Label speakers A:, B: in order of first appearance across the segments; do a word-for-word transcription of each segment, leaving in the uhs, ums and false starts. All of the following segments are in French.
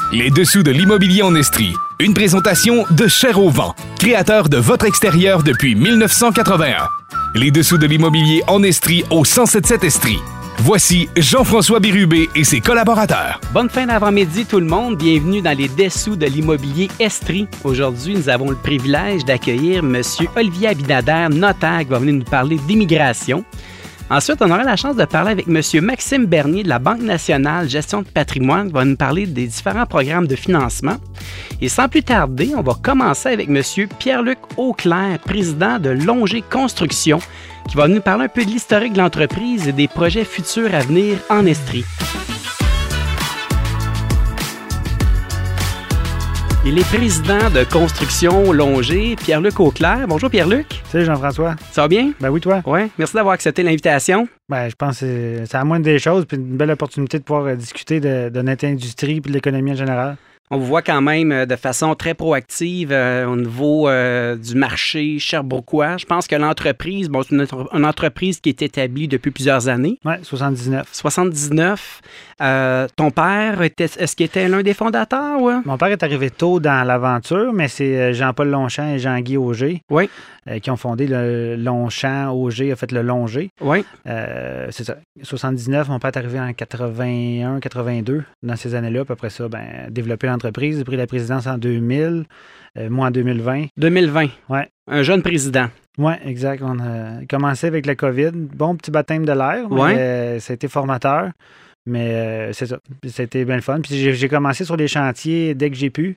A: Les dessous de l'immobilier en Estrie. Une présentation de Cher au vent, créateur de votre extérieur depuis mille neuf cent quatre-vingt-un. Les dessous de l'immobilier en Estrie au cent soixante-dix-sept Estrie. Voici Jean-François Bérubé et ses collaborateurs.
B: Bonne fin d'avant-midi tout le monde. Bienvenue dans les dessous de l'immobilier Estrie. Aujourd'hui, nous avons le privilège d'accueillir M. Olivier Abinader, notaire, qui va venir nous parler d'immigration. Ensuite, on aura la chance de parler avec M. Maxime Bernier de la Banque nationale Gestion de patrimoine qui va nous parler des différents programmes de financement. Et sans plus tarder, on va commencer avec M. Pierre-Luc Auclair, président de Longer Construction, qui va nous parler un peu de l'historique de l'entreprise et des projets futurs à venir en Estrie. Il est président de Construction Longer, Pierre-Luc Auclair. Bonjour Pierre-Luc.
C: Salut Jean-François.
B: Ça va bien?
C: Ben oui, toi?
B: Oui, merci d'avoir accepté l'invitation.
C: Ben, je pense que c'est, c'est à moindre des choses, puis une belle opportunité de pouvoir discuter de, de notre industrie et de l'économie en général.
B: On vous voit quand même de façon très proactive euh, au niveau euh, du marché sherbrookois. Je pense que l'entreprise, bon, c'est une, une entreprise qui est établie depuis plusieurs années.
C: Oui, soixante-dix-neuf.
B: soixante-dix-neuf. Euh, ton père, était, est-ce qu'il était l'un des fondateurs? Ouais?
C: Mon père est arrivé tôt dans l'aventure, mais c'est Jean-Paul Longchamp et Jean-Guy Auger
B: oui.
C: euh, qui ont fondé le Longchamp. Auger a fait le Longer.
B: Oui.
C: Euh, c'est ça. soixante-dix-neuf, mon père est arrivé en quatre-vingt-un quatre-vingt-deux, dans ces années-là. Puis après ça, ben, développer l'entreprise. J'ai pris la présidence en deux mille, euh, moi en deux mille vingt.
B: deux mille vingt.
C: Oui.
B: Un jeune président.
C: Oui, exact. On a commencé avec la COVID. Bon petit baptême de l'air, mais
B: ouais.
C: euh, ça a été formateur. Mais euh, c'est ça. C'était bien le fun. Puis j'ai, j'ai commencé sur les chantiers dès que j'ai pu.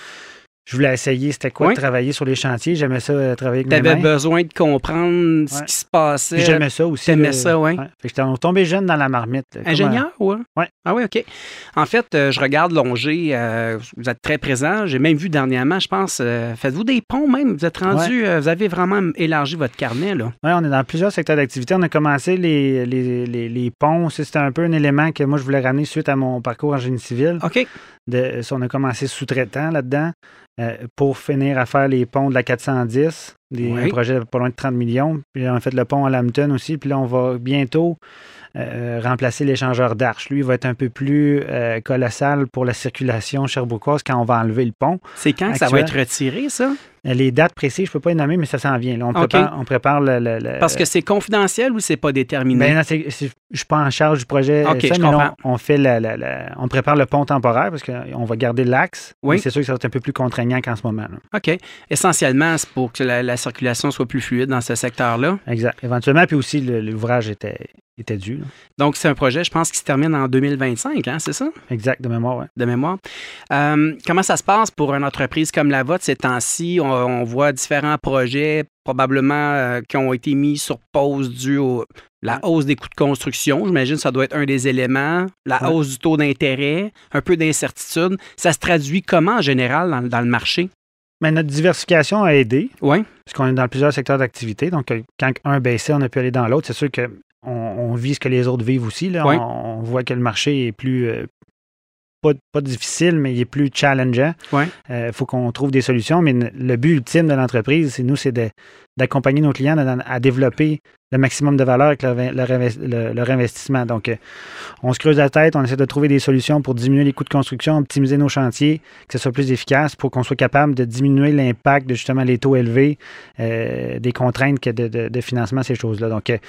C: Je voulais essayer c'était quoi
B: oui.
C: de travailler sur les chantiers. J'aimais ça, euh, travailler avec
B: T'avais
C: mes mains.
B: T'avais besoin de comprendre
C: ouais.
B: ce qui se passait.
C: Puis j'aimais ça aussi.
B: T'aimais
C: là,
B: ça, oui.
C: Ouais. Fait que j'étais tombé jeune dans la marmite. Là,
B: ingénieur, oui?
C: Oui.
B: Ah oui, OK. En fait, euh, je regarde Longer. Euh, vous êtes très présent. J'ai même vu dernièrement, je pense, euh, faites-vous des ponts même? Vous êtes rendu, ouais. euh, vous avez vraiment élargi votre carnet, là.
C: Oui, on est dans plusieurs secteurs d'activité. On a commencé les, les, les, les ponts. C'était un peu un élément que moi, je voulais ramener suite à mon parcours en génie civil.
B: OK.
C: De, on a commencé sous-traitant là-dedans euh, pour finir à faire les ponts de la quatre cent dix, des, oui. un projet de pas loin de trente millions. Puis on a fait le pont à Lambton aussi. Puis là, on va bientôt euh, remplacer l'échangeur d'Arche. Lui, il va être un peu plus euh, colossal pour la circulation sherbrookoise quand on va enlever le pont.
B: C'est quand actuel. Que ça va être retiré, ça?
C: Les dates précises, je ne peux pas les nommer, mais ça s'en vient. Là, on, okay. prépare, on prépare le, le, le...
B: Parce que c'est confidentiel ou c'est pas déterminé?
C: Ben non, c'est, c'est, je ne suis pas en charge du projet.
B: OK,
C: ça,
B: je
C: mais
B: comprends.
C: Là, on, on, fait la, la, la, on prépare le pont temporaire parce qu'on va garder l'axe.
B: Oui.
C: Mais c'est sûr que ça va être un peu plus contraignant qu'en ce moment. Là.
B: OK. Essentiellement, c'est pour que la, la circulation soit plus fluide dans ce secteur-là?
C: Exact. Éventuellement, puis aussi, le, l'ouvrage était... était dû. Là.
B: Donc, c'est un projet, je pense, qui se termine en deux mille vingt-cinq, hein, c'est ça?
C: Exact, de mémoire, oui.
B: De mémoire. Euh, comment ça se passe pour une entreprise comme la vôtre ces temps-ci? On, on voit différents projets probablement euh, qui ont été mis sur pause dû à la hausse des coûts de construction. J'imagine que ça doit être un des éléments. La ouais. hausse du taux d'intérêt, un peu d'incertitude. Ça se traduit comment en général dans, dans le marché?
C: Mais notre diversification a aidé.
B: Oui.
C: Parce qu'on est dans plusieurs secteurs d'activité. Donc, quand un baissait, on a pu aller dans l'autre. C'est sûr que On, on vit ce que les autres vivent aussi. Là.
B: Oui.
C: On, on voit que le marché est plus, euh, pas, pas difficile, mais il est plus challengeant. Il
B: oui.
C: euh, faut qu'on trouve des solutions, mais le but ultime de l'entreprise, c'est nous, c'est de, d'accompagner nos clients à, à développer le maximum de valeur avec leur, leur, leur, leur investissement. Donc, euh, on se creuse la tête, on essaie de trouver des solutions pour diminuer les coûts de construction, optimiser nos chantiers, que ce soit plus efficace pour qu'on soit capable de diminuer l'impact de justement les taux élevés, euh, des contraintes que de, de, de financement, ces choses-là. Donc, euh,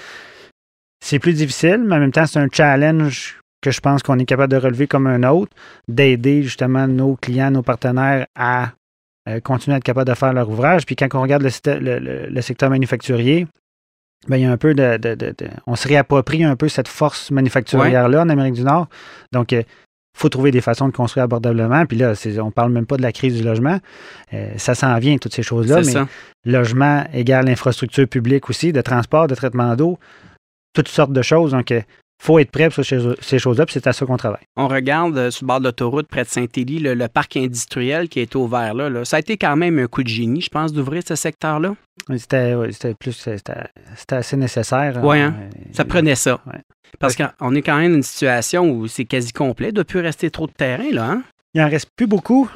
C: c'est plus difficile, mais en même temps, c'est un challenge que je pense qu'on est capable de relever comme un autre, d'aider justement nos clients, nos partenaires à euh, continuer à être capables de faire leur ouvrage. Puis quand on regarde le, le, le, le secteur manufacturier, bien, il y a un peu de, de, de, de... On se réapproprie un peu cette force manufacturière-là ouais. en Amérique du Nord. Donc, il euh, faut trouver des façons de construire abordablement. Puis là, c'est, on ne parle même pas de la crise du logement. Euh, ça s'en vient, toutes ces choses-là.
B: C'est
C: mais
B: ça.
C: Logement égale infrastructure publique aussi, de transport, de traitement d'eau, toutes sortes de choses. Donc, il faut être prêt pour ces choses-là, puis c'est à ça qu'on travaille.
B: On regarde euh, sur le bord de l'autoroute, près de Saint-Élie, le, le parc industriel qui a été ouvert là, là. Ça a été quand même un coup de génie, je pense, d'ouvrir ce secteur-là.
C: C'était, ouais, c'était plus, c'était, c'était assez nécessaire.
B: Oui, hein? hein? Ça prenait ça.
C: Ouais.
B: Parce qu'on est quand même dans une situation où c'est quasi complet. Il ne doit plus rester trop de terrain, là, hein?
C: Il n'en reste plus beaucoup.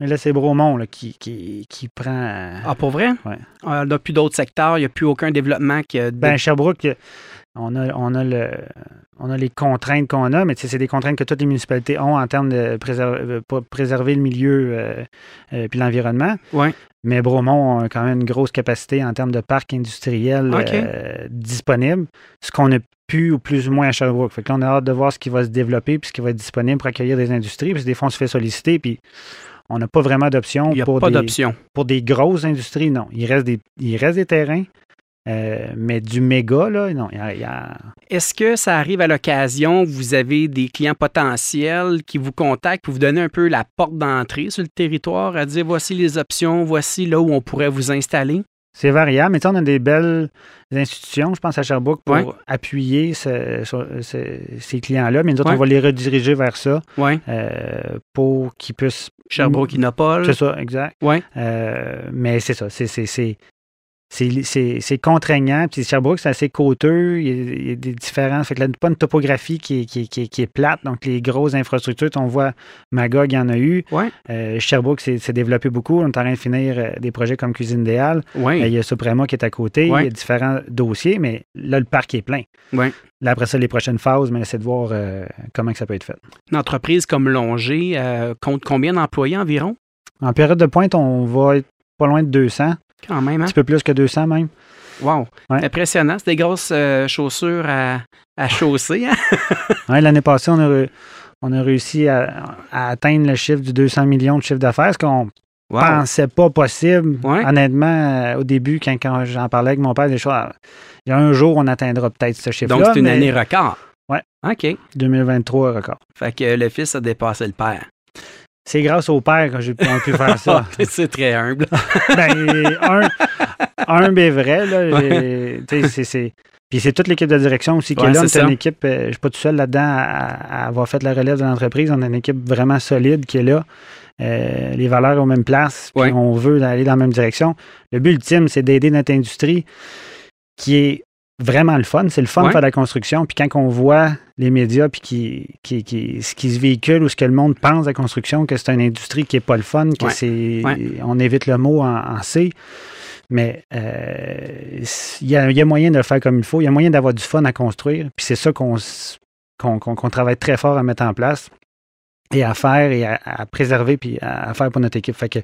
C: Mais là, c'est Bromont là, qui, qui, qui prend... Euh...
B: Ah, pour vrai?
C: Oui.
B: Euh, il n'y a plus d'autres secteurs, il n'y a plus aucun développement qui a...
C: Bien, Sherbrooke, on a, on, a le, on a les contraintes qu'on a, mais c'est des contraintes que toutes les municipalités ont en termes de préserver, préserver le milieu euh, euh, puis l'environnement.
B: Oui.
C: Mais Bromont a quand même une grosse capacité en termes de parc industriel
B: okay.
C: euh, disponible, ce qu'on n'a plus ou plus ou moins à Sherbrooke. Fait que là, on a hâte de voir ce qui va se développer puis ce qui va être disponible pour accueillir des industries, parce que des fois, on se fait solliciter, puis on n'a pas vraiment d'options pour,
B: pas
C: des, pour des grosses industries, non. Il reste des, il reste des terrains. Euh, mais du méga, là, non. Y a, y a...
B: Est-ce que ça arrive à l'occasion, vous avez des clients potentiels qui vous contactent pour vous donner un peu la porte d'entrée sur le territoire, à dire voici les options, voici là où on pourrait vous installer?
C: C'est variable, mais on a des belles institutions, je pense à Sherbrooke, pour ouais. appuyer ce, ce, ces clients-là, mais nous autres, ouais. on va les rediriger vers ça
B: ouais.
C: euh, pour qu'ils puissent...
B: Sherbrooke, Innopol.
C: C'est ça, exact.
B: Ouais.
C: Euh, mais c'est ça, c'est... c'est, c'est C'est, c'est, c'est contraignant. Puis Sherbrooke, c'est assez côteux. Il y a, il y a des différences. Fait que là, pas une topographie qui est, qui, est, qui, est, qui est plate. Donc, les grosses infrastructures, on voit Magog, il y en a eu.
B: Ouais.
C: Euh, Sherbrooke s'est, s'est développé beaucoup. On est en train de finir euh, des projets comme Cuisine idéale.
B: Ouais.
C: Euh, il y a Suprema qui est à côté.
B: Ouais.
C: Il y a différents dossiers, mais là, le parc est plein.
B: Ouais.
C: Là, après ça, les prochaines phases, mais c'est de voir euh, comment que ça peut être fait.
B: Une entreprise comme Longer euh, compte combien d'employés environ? En
C: période de pointe, on va être pas loin de deux cents.
B: Quand même, hein?
C: Un petit peu plus que deux cents même.
B: Wow!
C: Ouais.
B: Impressionnant. C'est des grosses euh, chaussures à, à chausser. Hein?
C: Ouais, l'année passée, on a, on a réussi à, à atteindre le chiffre du deux cents millions de chiffre d'affaires, ce qu'on wow. pensait pas possible.
B: Ouais.
C: Honnêtement, euh, au début, quand, quand j'en parlais avec mon père, des choses, il y a un jour, on atteindra peut-être ce chiffre-là.
B: Donc, c'est une
C: mais...
B: année record.
C: Oui.
B: OK.
C: deux mille vingt-trois, record.
B: Fait que le fils a dépassé le père.
C: C'est grâce au père que j'ai pu, pu faire ça.
B: C'est très humble.
C: ben, un, humble et vrai. Là, ouais. c'est, c'est... Puis c'est toute l'équipe de direction aussi qui ouais, est là. C'est, c'est une équipe, euh, je ne suis pas tout seul là-dedans à, à avoir fait la relève de l'entreprise. On a une équipe vraiment solide qui est là. Euh, les valeurs aux mêmes places. Puis ouais. on veut aller dans la même direction. Le but ultime, c'est d'aider notre industrie qui est vraiment le fun. C'est le fun ouais. de faire de la construction. Puis quand on voit les médias, puis qui, qui, qui, ce qui se véhicule ou ce que le monde pense de la construction, que c'est une industrie qui n'est pas le fun, que
B: ouais.
C: c'est...
B: Ouais.
C: On évite le mot en, en C. Mais il euh, y, a, y a moyen de le faire comme il faut. Il y a moyen d'avoir du fun à construire. Puis c'est ça qu'on, qu'on, qu'on, qu'on travaille très fort à mettre en place et à faire et à, à préserver puis à, à faire pour notre équipe. Fait que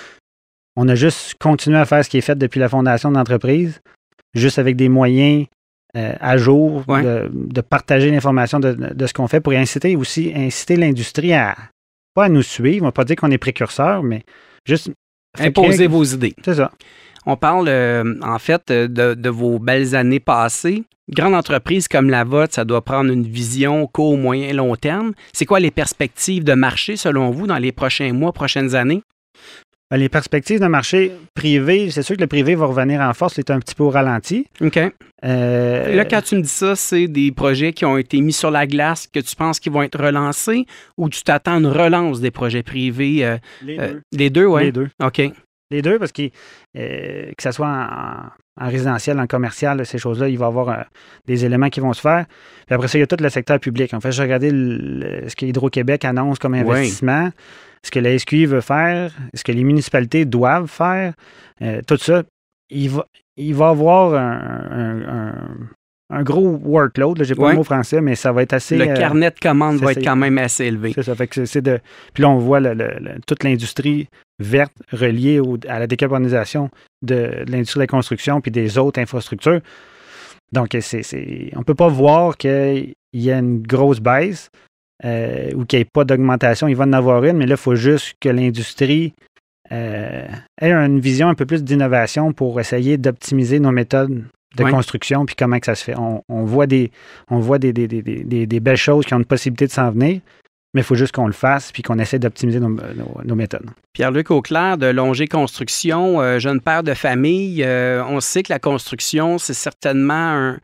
C: on a juste continué à faire ce qui est fait depuis la fondation de l'entreprise, juste avec des moyens euh, à jour
B: ouais.
C: de, de partager l'information de, de ce qu'on fait pour inciter aussi inciter l'industrie à pas à nous suivre. On va pas dire qu'on est précurseur, mais juste
B: imposer vos idées.
C: C'est ça.
B: On parle, euh, en fait, de, de vos belles années passées. Une grande entreprise comme la vôtre, ça doit prendre une vision court, moyen, long terme. C'est quoi les perspectives de marché, selon vous, dans les prochains mois, prochaines années?
C: Bien, les perspectives de marché privé, c'est sûr que le privé va revenir en force. C'est un petit peu au ralenti.
B: OK.
C: Euh...
B: Et là, quand tu me dis ça, c'est des projets qui ont été mis sur la glace que tu penses qu'ils vont être relancés ou tu t'attends à une relance des projets privés? Euh,
C: les deux.
B: Euh, les deux, oui?
C: Les deux.
B: OK.
C: Les deux, parce que, euh, que ce soit en, en résidentiel, en commercial, là, ces choses-là, il va y avoir euh, des éléments qui vont se faire. Puis après ça, il y a tout le secteur public. En fait, j'ai regardé le, le, ce que Hydro-Québec annonce comme investissement, oui. ce que la S Q I veut faire, ce que les municipalités doivent faire. Euh, tout ça, il va, il va y avoir un, un, un, un gros workload. Je n'ai pas oui. le mot français, mais ça va être assez...
B: Le euh, carnet de commandes va
C: c'est,
B: être quand même assez élevé.
C: C'est ça. Fait que c'est de, puis là, on voit le, le, le, toute l'industrie verte reliée au, à la décarbonisation de, de l'industrie de la construction puis des autres infrastructures. Donc, c'est, c'est, on ne peut pas voir qu'il y a une grosse baisse euh, ou qu'il n'y ait pas d'augmentation. Il va en avoir une, mais là, il faut juste que l'industrie euh, ait une vision un peu plus d'innovation pour essayer d'optimiser nos méthodes de oui. construction puis comment que ça se fait. On, on voit, des, on voit des, des, des, des, des belles choses qui ont une possibilité de s'en venir, mais il faut juste qu'on le fasse puis qu'on essaie d'optimiser nos, nos, nos méthodes.
B: Pierre-Luc Auclair de Longer Construction, euh, jeune père de famille. Euh, on sait que la construction, c'est certainement un,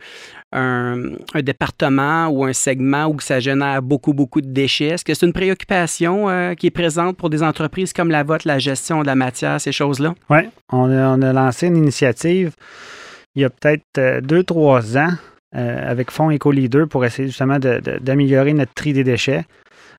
B: un, un département ou un segment où ça génère beaucoup, beaucoup de déchets. Est-ce que c'est une préoccupation euh, qui est présente pour des entreprises comme la vôtre, la gestion de la matière, ces choses-là?
C: Oui, on a, on a lancé une initiative il y a peut-être euh, deux, trois ans euh, avec Fonds Éco-Leader pour essayer justement de, de, d'améliorer notre tri des déchets.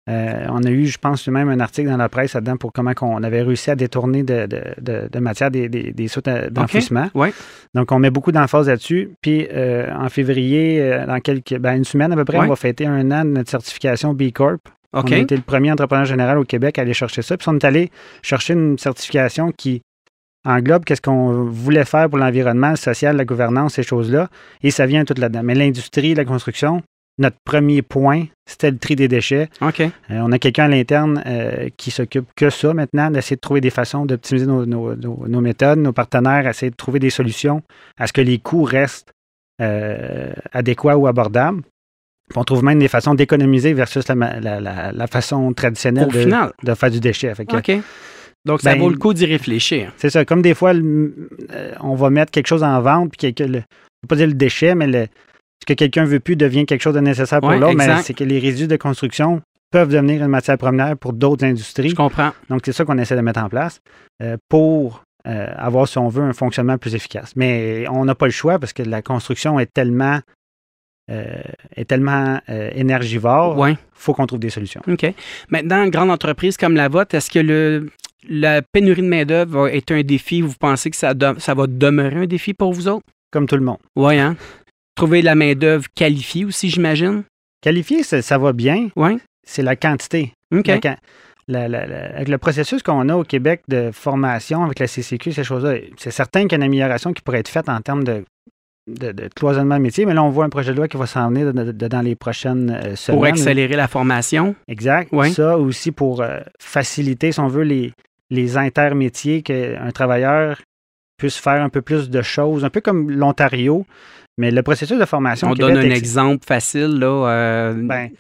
C: Euh, on a eu, je pense, même un article dans la presse là-dedans pour comment on avait réussi à détourner de, de, de, de matière des, des, des soutes d'enfouissement.
B: Okay. Ouais.
C: Donc, on met beaucoup d'emphase là-dessus. Puis, euh, en février, euh, dans quelques, ben, une semaine à peu près, ouais. on va fêter un an de notre certification B Corp. Okay. On a été le premier entrepreneur général au Québec à aller chercher ça. Puis, on est allé chercher une certification qui englobe qu'est-ce qu'on voulait faire pour l'environnement, le social, la gouvernance, ces choses-là. Et ça vient tout là-dedans. Mais l'industrie, la construction, notre premier point, c'était le tri des déchets.
B: Okay.
C: Euh, on a quelqu'un à l'interne euh, qui s'occupe que ça maintenant, d'essayer de trouver des façons d'optimiser nos, nos, nos, nos méthodes, nos partenaires, essayer de trouver des solutions à ce que les coûts restent euh, adéquats ou abordables. Puis on trouve même des façons d'économiser versus la, la, la, la façon traditionnelle
B: Au
C: de,
B: final.
C: de faire du déchet. Fait que,
B: OK. Donc, ça
C: ben,
B: vaut le coup d'y réfléchir.
C: C'est ça. Comme des fois, le, euh, on va mettre quelque chose en vente, puis que le, je ne veux pas dire le déchet, mais le, ce que quelqu'un ne veut plus devient quelque chose de nécessaire pour ouais, l'autre, mais c'est que les résidus de construction peuvent devenir une matière première pour d'autres industries.
B: Je comprends.
C: Donc, c'est ça qu'on essaie de mettre en place euh, pour euh, avoir, si on veut, un fonctionnement plus efficace. Mais on n'a pas le choix parce que la construction est tellement, euh, est tellement euh, énergivore. Il
B: ouais.
C: faut qu'on trouve des solutions.
B: OK. Maintenant, une grande entreprise comme la vôtre, est-ce que le, la pénurie de main-d'œuvre est un défi? Vous pensez que ça, de, ça va demeurer un défi pour vous autres?
C: Comme tout le monde.
B: Oui, hein? Trouver la main-d'œuvre qualifiée aussi, j'imagine?
C: Qualifiée, ça, ça va bien.
B: Oui.
C: C'est la quantité.
B: OK.
C: La, la, la, la, avec le processus qu'on a au Québec de formation, avec la C C Q, ces choses-là, c'est certain qu'il y a une amélioration qui pourrait être faite en termes de, de, de cloisonnement de métier, mais là, on voit un projet de loi qui va s'en venir de, de, de, dans les prochaines euh, semaines.
B: Pour accélérer la formation.
C: Exact.
B: Oui.
C: Ça aussi pour euh, faciliter, si on veut, les, les intermétiers, qu'un travailleur puisse faire un peu plus de choses, un peu comme l'Ontario. Mais le processus de formation...
B: On donne un exemple facile, là. Euh...
C: Ben,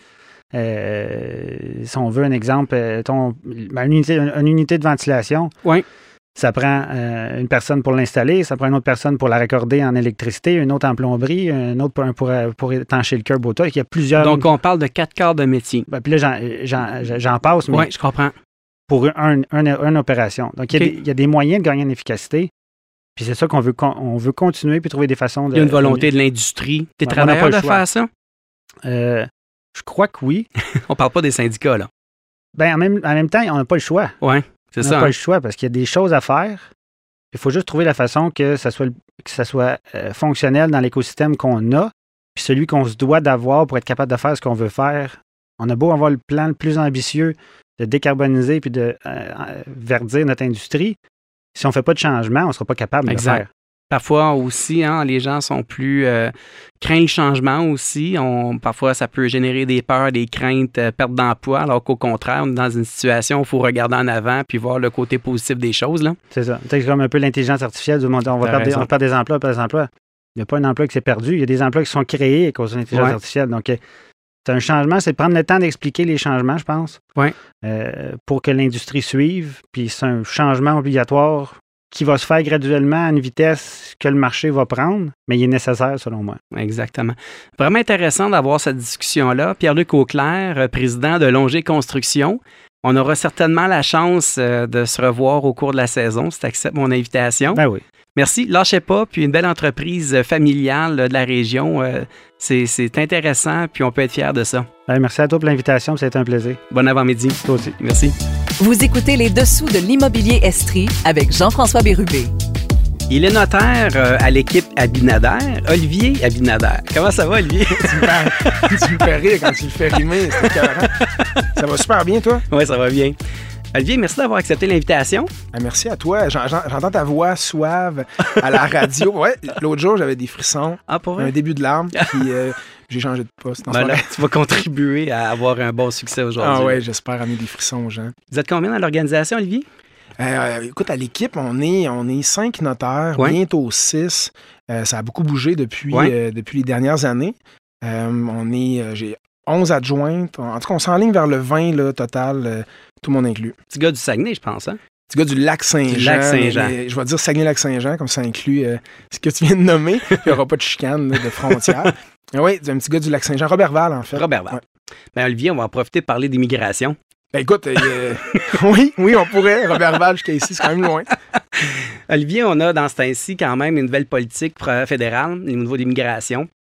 C: euh, si on veut un exemple, ton, ben, une, unité, une, une unité de ventilation,
B: oui.
C: ça prend euh, une personne pour l'installer, ça prend une autre personne pour la raccorder en électricité, une autre en plomberie, une autre pour, pour, pour étancher le curb au toit. Il y a plusieurs...
B: Donc, on parle de quatre quarts de métier.
C: Ben, puis là, j'en, j'en, j'en passe, mais...
B: Oui, je comprends.
C: Pour une un, un, un opération. Donc, il y, okay. y a des moyens de gagner en efficacité. Puis c'est ça qu'on veut, on veut continuer puis trouver des façons de...
B: Il y a une volonté de l'industrie. T'es ouais, travailleur de faire ça?
C: Euh, je crois que oui.
B: On parle pas des syndicats, là.
C: Bien, en même, en même temps, on n'a pas le choix.
B: Oui, c'est
C: on
B: ça.
C: On n'a
B: hein?
C: pas le choix parce qu'il y a des choses à faire. Il faut juste trouver la façon que ça soit, que ça soit euh, fonctionnel dans l'écosystème qu'on a, puis celui qu'on se doit d'avoir pour être capable de faire ce qu'on veut faire. On a beau avoir le plan le plus ambitieux de décarboniser puis de euh, verdir notre industrie. Si on ne fait pas de changement, on ne sera pas capable
B: exact.
C: de le faire.
B: Parfois aussi, hein, les gens sont plus... Euh, craignent le changement aussi. On, parfois, ça peut générer des peurs, des craintes, euh, perte d'emploi, alors qu'au contraire, on est dans une situation où il faut regarder en avant puis voir le côté positif des choses. Là.
C: C'est ça. C'est comme un peu l'intelligence artificielle. On va, perdre des, on va perdre des emplois, perdre des emplois. Il n'y a pas un emploi qui s'est perdu. Il y a des emplois qui sont créés à cause de l'intelligence ouais. artificielle. Donc, c'est un changement. C'est de prendre le temps d'expliquer les changements, je pense,
B: ouais.
C: euh, pour que l'industrie suive. Puis c'est un changement obligatoire qui va se faire graduellement à une vitesse que le marché va prendre, mais il est nécessaire selon moi.
B: Exactement. Vraiment intéressant d'avoir cette discussion-là. Pierre-Luc Auclair, président de Longé Construction. On aura certainement la chance de se revoir au cours de la saison, si tu acceptes mon invitation.
C: Ben oui.
B: Merci. Lâchez pas, puis une belle entreprise familiale de la région. C'est, c'est intéressant, puis on peut être fiers de ça.
C: Ben, merci à toi pour l'invitation, ça a été un plaisir.
B: Bon avant-midi.
C: Toi aussi.
B: Merci.
D: Vous écoutez Les Dessous de l'immobilier Estrie avec Jean-François Bérubé.
B: Il est notaire euh, à l'équipe Abinader, Olivier Abinader. Comment ça va, Olivier?
E: tu, me fais, tu me fais rire quand tu le fais rimer, c'est écœurant. Ça va super bien, toi?
B: Oui, ça va bien. Olivier, merci d'avoir accepté l'invitation.
E: Ah, merci à toi. J'en, j'entends ta voix suave à la radio. Ouais, l'autre jour, j'avais des frissons,
B: ah, pour vrai?
E: Un début de larmes, puis euh, j'ai changé de poste.
B: Ben là, tu vas contribuer à avoir un bon succès aujourd'hui.
E: Ah ouais, j'espère amener des frissons aux gens.
B: Vous êtes combien dans l'organisation, Olivier?
E: Euh, écoute, à l'équipe, on est, on est cinq notaires,
B: ouais.
E: bientôt six. Euh, ça a beaucoup bougé depuis,
B: ouais.
E: euh, depuis les dernières années. Euh, on est, euh, j'ai onze adjointes. En tout cas, on s'enligne vers le vingt là, total, euh, tout le monde inclus.
B: Petit gars du Saguenay, je pense, hein?
E: Petit gars du Lac-Saint-Jean.
B: Du Lac-Saint-Jean.
E: Mais, mais, je vais dire Saguenay-Lac-Saint-Jean, comme ça inclut euh, ce que tu viens de nommer. Il n'y aura pas de chicane là, de frontière. Oui, un petit gars du Lac-Saint-Jean. Robertval, en fait.
B: Robertval. Ouais. Ben, Olivier, on va en profiter de parler d'immigration.
E: Ben écoute, euh, oui, oui, on pourrait. Robertval jusqu'à ici, c'est quand même loin.
B: Olivier, on a dans ce temps-ci quand même une nouvelle politique fédérale au niveau d'immigration.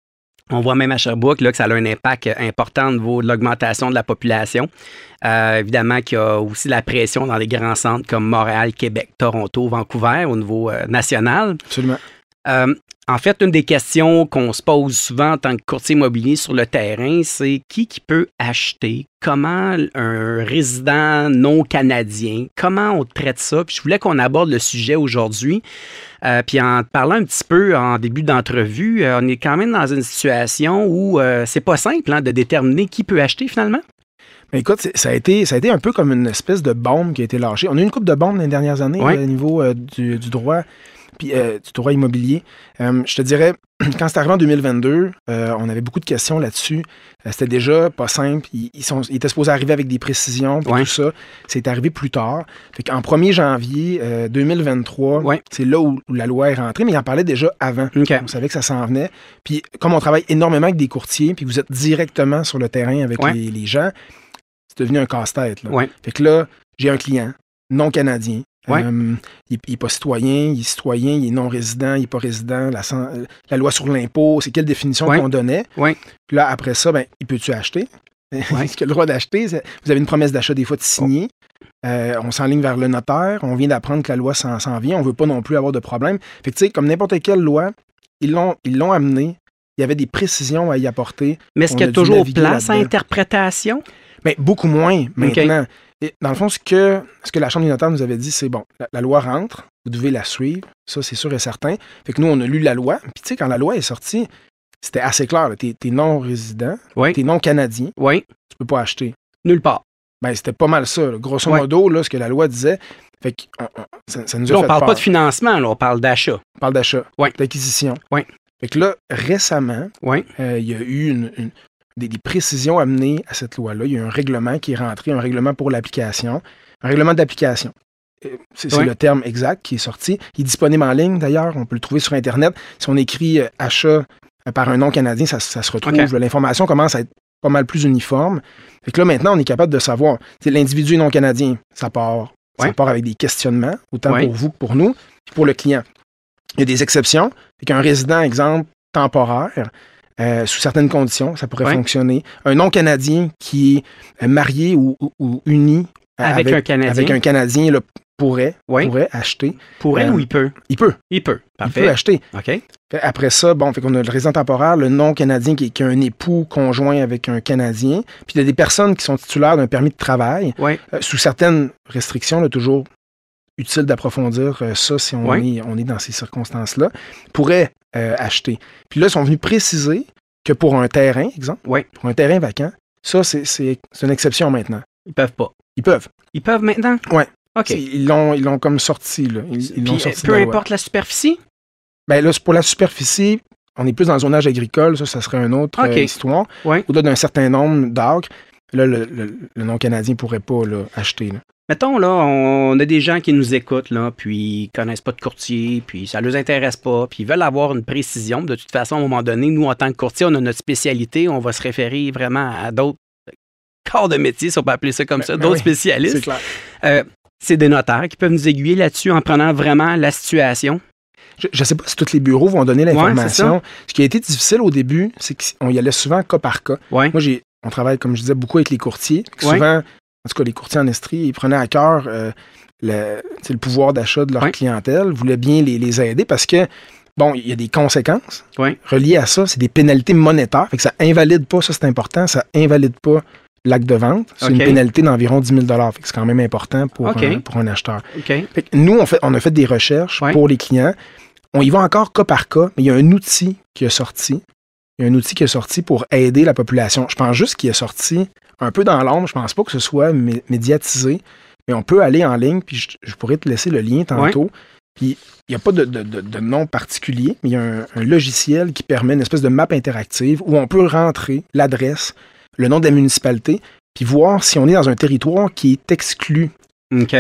B: On voit même à Sherbrooke là, que ça a un impact important au niveau de l'augmentation de la population. Euh, évidemment qu'il y a aussi la pression dans les grands centres comme Montréal, Québec, Toronto, Vancouver au niveau euh, national.
E: Absolument.
B: Euh, en fait, une des questions qu'on se pose souvent en tant que courtier immobilier sur le terrain, c'est qui qui peut acheter? Comment un résident non canadien, comment on traite ça? Puis je voulais qu'on aborde le sujet aujourd'hui. Euh, puis en te parlant un petit peu en début d'entrevue, euh, on est quand même dans une situation où euh, c'est pas simple hein, de déterminer qui peut acheter finalement.
E: Mais écoute, ça a, été, ça a été un peu comme une espèce de bombe qui a été lâchée. On a eu une couple de bombes dans les dernières années
B: ouais.
E: euh, au niveau euh, du, du droit. Puis, euh, du droit immobilier. Euh, je te dirais, quand c'est arrivé en deux mille vingt-deux, euh, on avait beaucoup de questions là-dessus. Euh, c'était déjà pas simple. Ils, ils, sont, ils étaient supposés arriver avec des précisions, puis
B: ouais.
E: tout ça. C'est arrivé plus tard. Fait qu'en premier janvier euh, deux mille vingt-trois, ouais. c'est là où, où la loi est rentrée, mais il en parlait déjà avant.
B: Okay.
E: On savait que ça s'en venait. Puis comme on travaille énormément avec des courtiers, puis vous êtes directement sur le terrain avec
B: ouais.
E: les, les gens, c'est devenu un casse-tête. Là.
B: Ouais.
E: Fait que là, j'ai un client non canadien.
B: Ouais.
E: Euh, il n'est pas citoyen, il est citoyen, il est non-résident, il n'est pas résident. La, la loi sur l'impôt, c'est quelle définition
B: ouais.
E: qu'on donnait?
B: Ouais.
E: Puis là, après ça, ben, il peut-tu acheter?
B: Ouais.
E: Est-ce qu'il a le droit d'acheter? Vous avez une promesse d'achat des fois de signer. Oh. Euh, on s'enligne vers le notaire. On vient d'apprendre que la loi s'en, s'en vient. On ne veut pas non plus avoir de problème. Fait que tu sais, comme n'importe quelle loi, ils l'ont, ils l'ont amené. Il y avait des précisions à y apporter.
B: Mais est-ce qu'il y a toujours place à interprétation?
E: Mais beaucoup moins maintenant.
B: Okay.
E: Et dans le fond, ce que, ce que la Chambre des notaires nous avait dit, c'est bon, la, la loi rentre, vous devez la suivre, ça c'est sûr et certain. Fait que nous, on a lu la loi, puis tu sais, quand la loi est sortie, c'était assez clair, t'es, t'es non-résident,
B: oui.
E: t'es non-canadien,
B: oui.
E: tu peux pas acheter.
B: Nulle part.
E: Ben, c'était pas mal ça, là. Grosso
B: oui.
E: modo, là, ce que la loi disait. Fait que on, on, ça, ça nous a
B: là,
E: fait
B: on parle
E: peur.
B: pas de financement, là, on parle d'achat.
E: On parle d'achat,
B: oui.
E: d'acquisition.
B: Oui.
E: Fait que là, récemment,
B: oui.
E: euh, il y a eu une... une Des, des précisions amenées à cette loi-là. Il y a un règlement qui est rentré, un règlement pour l'application, un règlement d'application. C'est, c'est oui. le terme exact qui est sorti. Il est disponible en ligne, d'ailleurs. On peut le trouver sur Internet. Si on écrit euh, achat euh, par un nom canadien, ça, ça se retrouve. Okay. L'information commence à être pas mal plus uniforme. Fait que là, maintenant, on est capable de savoir. T'sais, l'individu non canadien, ça part, oui. ça part avec des questionnements, autant oui. pour vous que pour nous, puis pour le client. Il y a des exceptions. Fait qu'un résident, exemple, temporaire, Euh, sous certaines conditions, ça pourrait ouais. fonctionner. Un non-Canadien qui est marié ou, ou, ou uni
B: avec, avec, un Canadien,
E: avec un Canadien là, pourrait,
B: ouais.
E: pourrait acheter.
B: Pourrait euh, ou il peut?
E: Il peut.
B: Il peut. Parfait.
E: Il peut acheter.
B: OK.
E: Après ça, bon, fait qu'on a le résident temporaire, le non-Canadien qui, qui a un époux conjoint avec un Canadien. Puis il y a des personnes qui sont titulaires d'un permis de travail
B: ouais.
E: euh, sous certaines restrictions, là, toujours utile d'approfondir euh, ça si on, ouais. est, on est dans ces circonstances-là, pourraient euh, acheter. Puis là, ils sont venus préciser que pour un terrain, exemple,
B: ouais.
E: pour un terrain vacant, ça, c'est, c'est, c'est une exception maintenant.
B: Ils peuvent pas.
E: Ils peuvent.
B: Ils peuvent maintenant?
E: Oui.
B: OK.
E: Ils l'ont, ils l'ont comme sorti, là. Ils, ils l'ont sorti
B: peu importe la superficie?
E: Bien là, pour la superficie, on est plus dans le zonage agricole, ça, ça serait une autre
B: okay.
E: euh, histoire.
B: Ouais.
E: Au-delà d'un certain nombre d'acres, là, le, le, le non-canadien ne pourrait pas là, acheter. Là.
B: Mettons, là, on a des gens qui nous écoutent, là, puis ils connaissent pas de courtier, puis ça les intéresse pas, puis ils veulent avoir une précision. De toute façon, à un moment donné, nous, en tant que courtier, on a notre spécialité, on va se référer vraiment à d'autres corps de métier, si on peut appeler ça comme ça, ben, d'autres ben oui, spécialistes.
E: C'est clair.
B: Euh, c'est des notaires qui peuvent nous aiguiller là-dessus en prenant vraiment la situation.
E: Je ne sais pas si tous les bureaux vont donner l'information. Ouais, Ce qui a été difficile au début, c'est qu'on y allait souvent cas par cas.
B: Ouais.
E: Moi, j'ai, on travaille, comme je disais, beaucoup avec les courtiers. Ouais. Souvent, en tout cas, les courtiers en Estrie, ils prenaient à cœur euh, le, le pouvoir d'achat de leur ouais. clientèle, voulaient bien les, les aider parce que, bon, il y a des conséquences
B: ouais.
E: reliées à ça. C'est des pénalités monétaires. Fait que ça invalide pas, ça c'est important, ça invalide pas l'acte de vente. C'est okay. une pénalité d'environ dix mille dollars. Fait que c'est quand même important pour,
B: okay.
E: un, pour un acheteur.
B: Okay.
E: Fait que nous, on, fait, on a fait des recherches ouais. pour les clients. On y va encore cas par cas, mais il y a un outil qui est sorti. Il y a un outil qui est sorti pour aider la population. Je pense juste qu'il est sorti un peu dans l'ombre. Je pense pas que ce soit mé- médiatisé, mais on peut aller en ligne, puis je, je pourrais te laisser le lien tantôt. Ouais. Puis il n'y a pas de, de, de, de nom particulier, mais il y a un, un logiciel qui permet une espèce de map interactive où on peut rentrer l'adresse, le nom de la municipalité, puis voir si on est dans un territoire qui est exclu.
B: OK.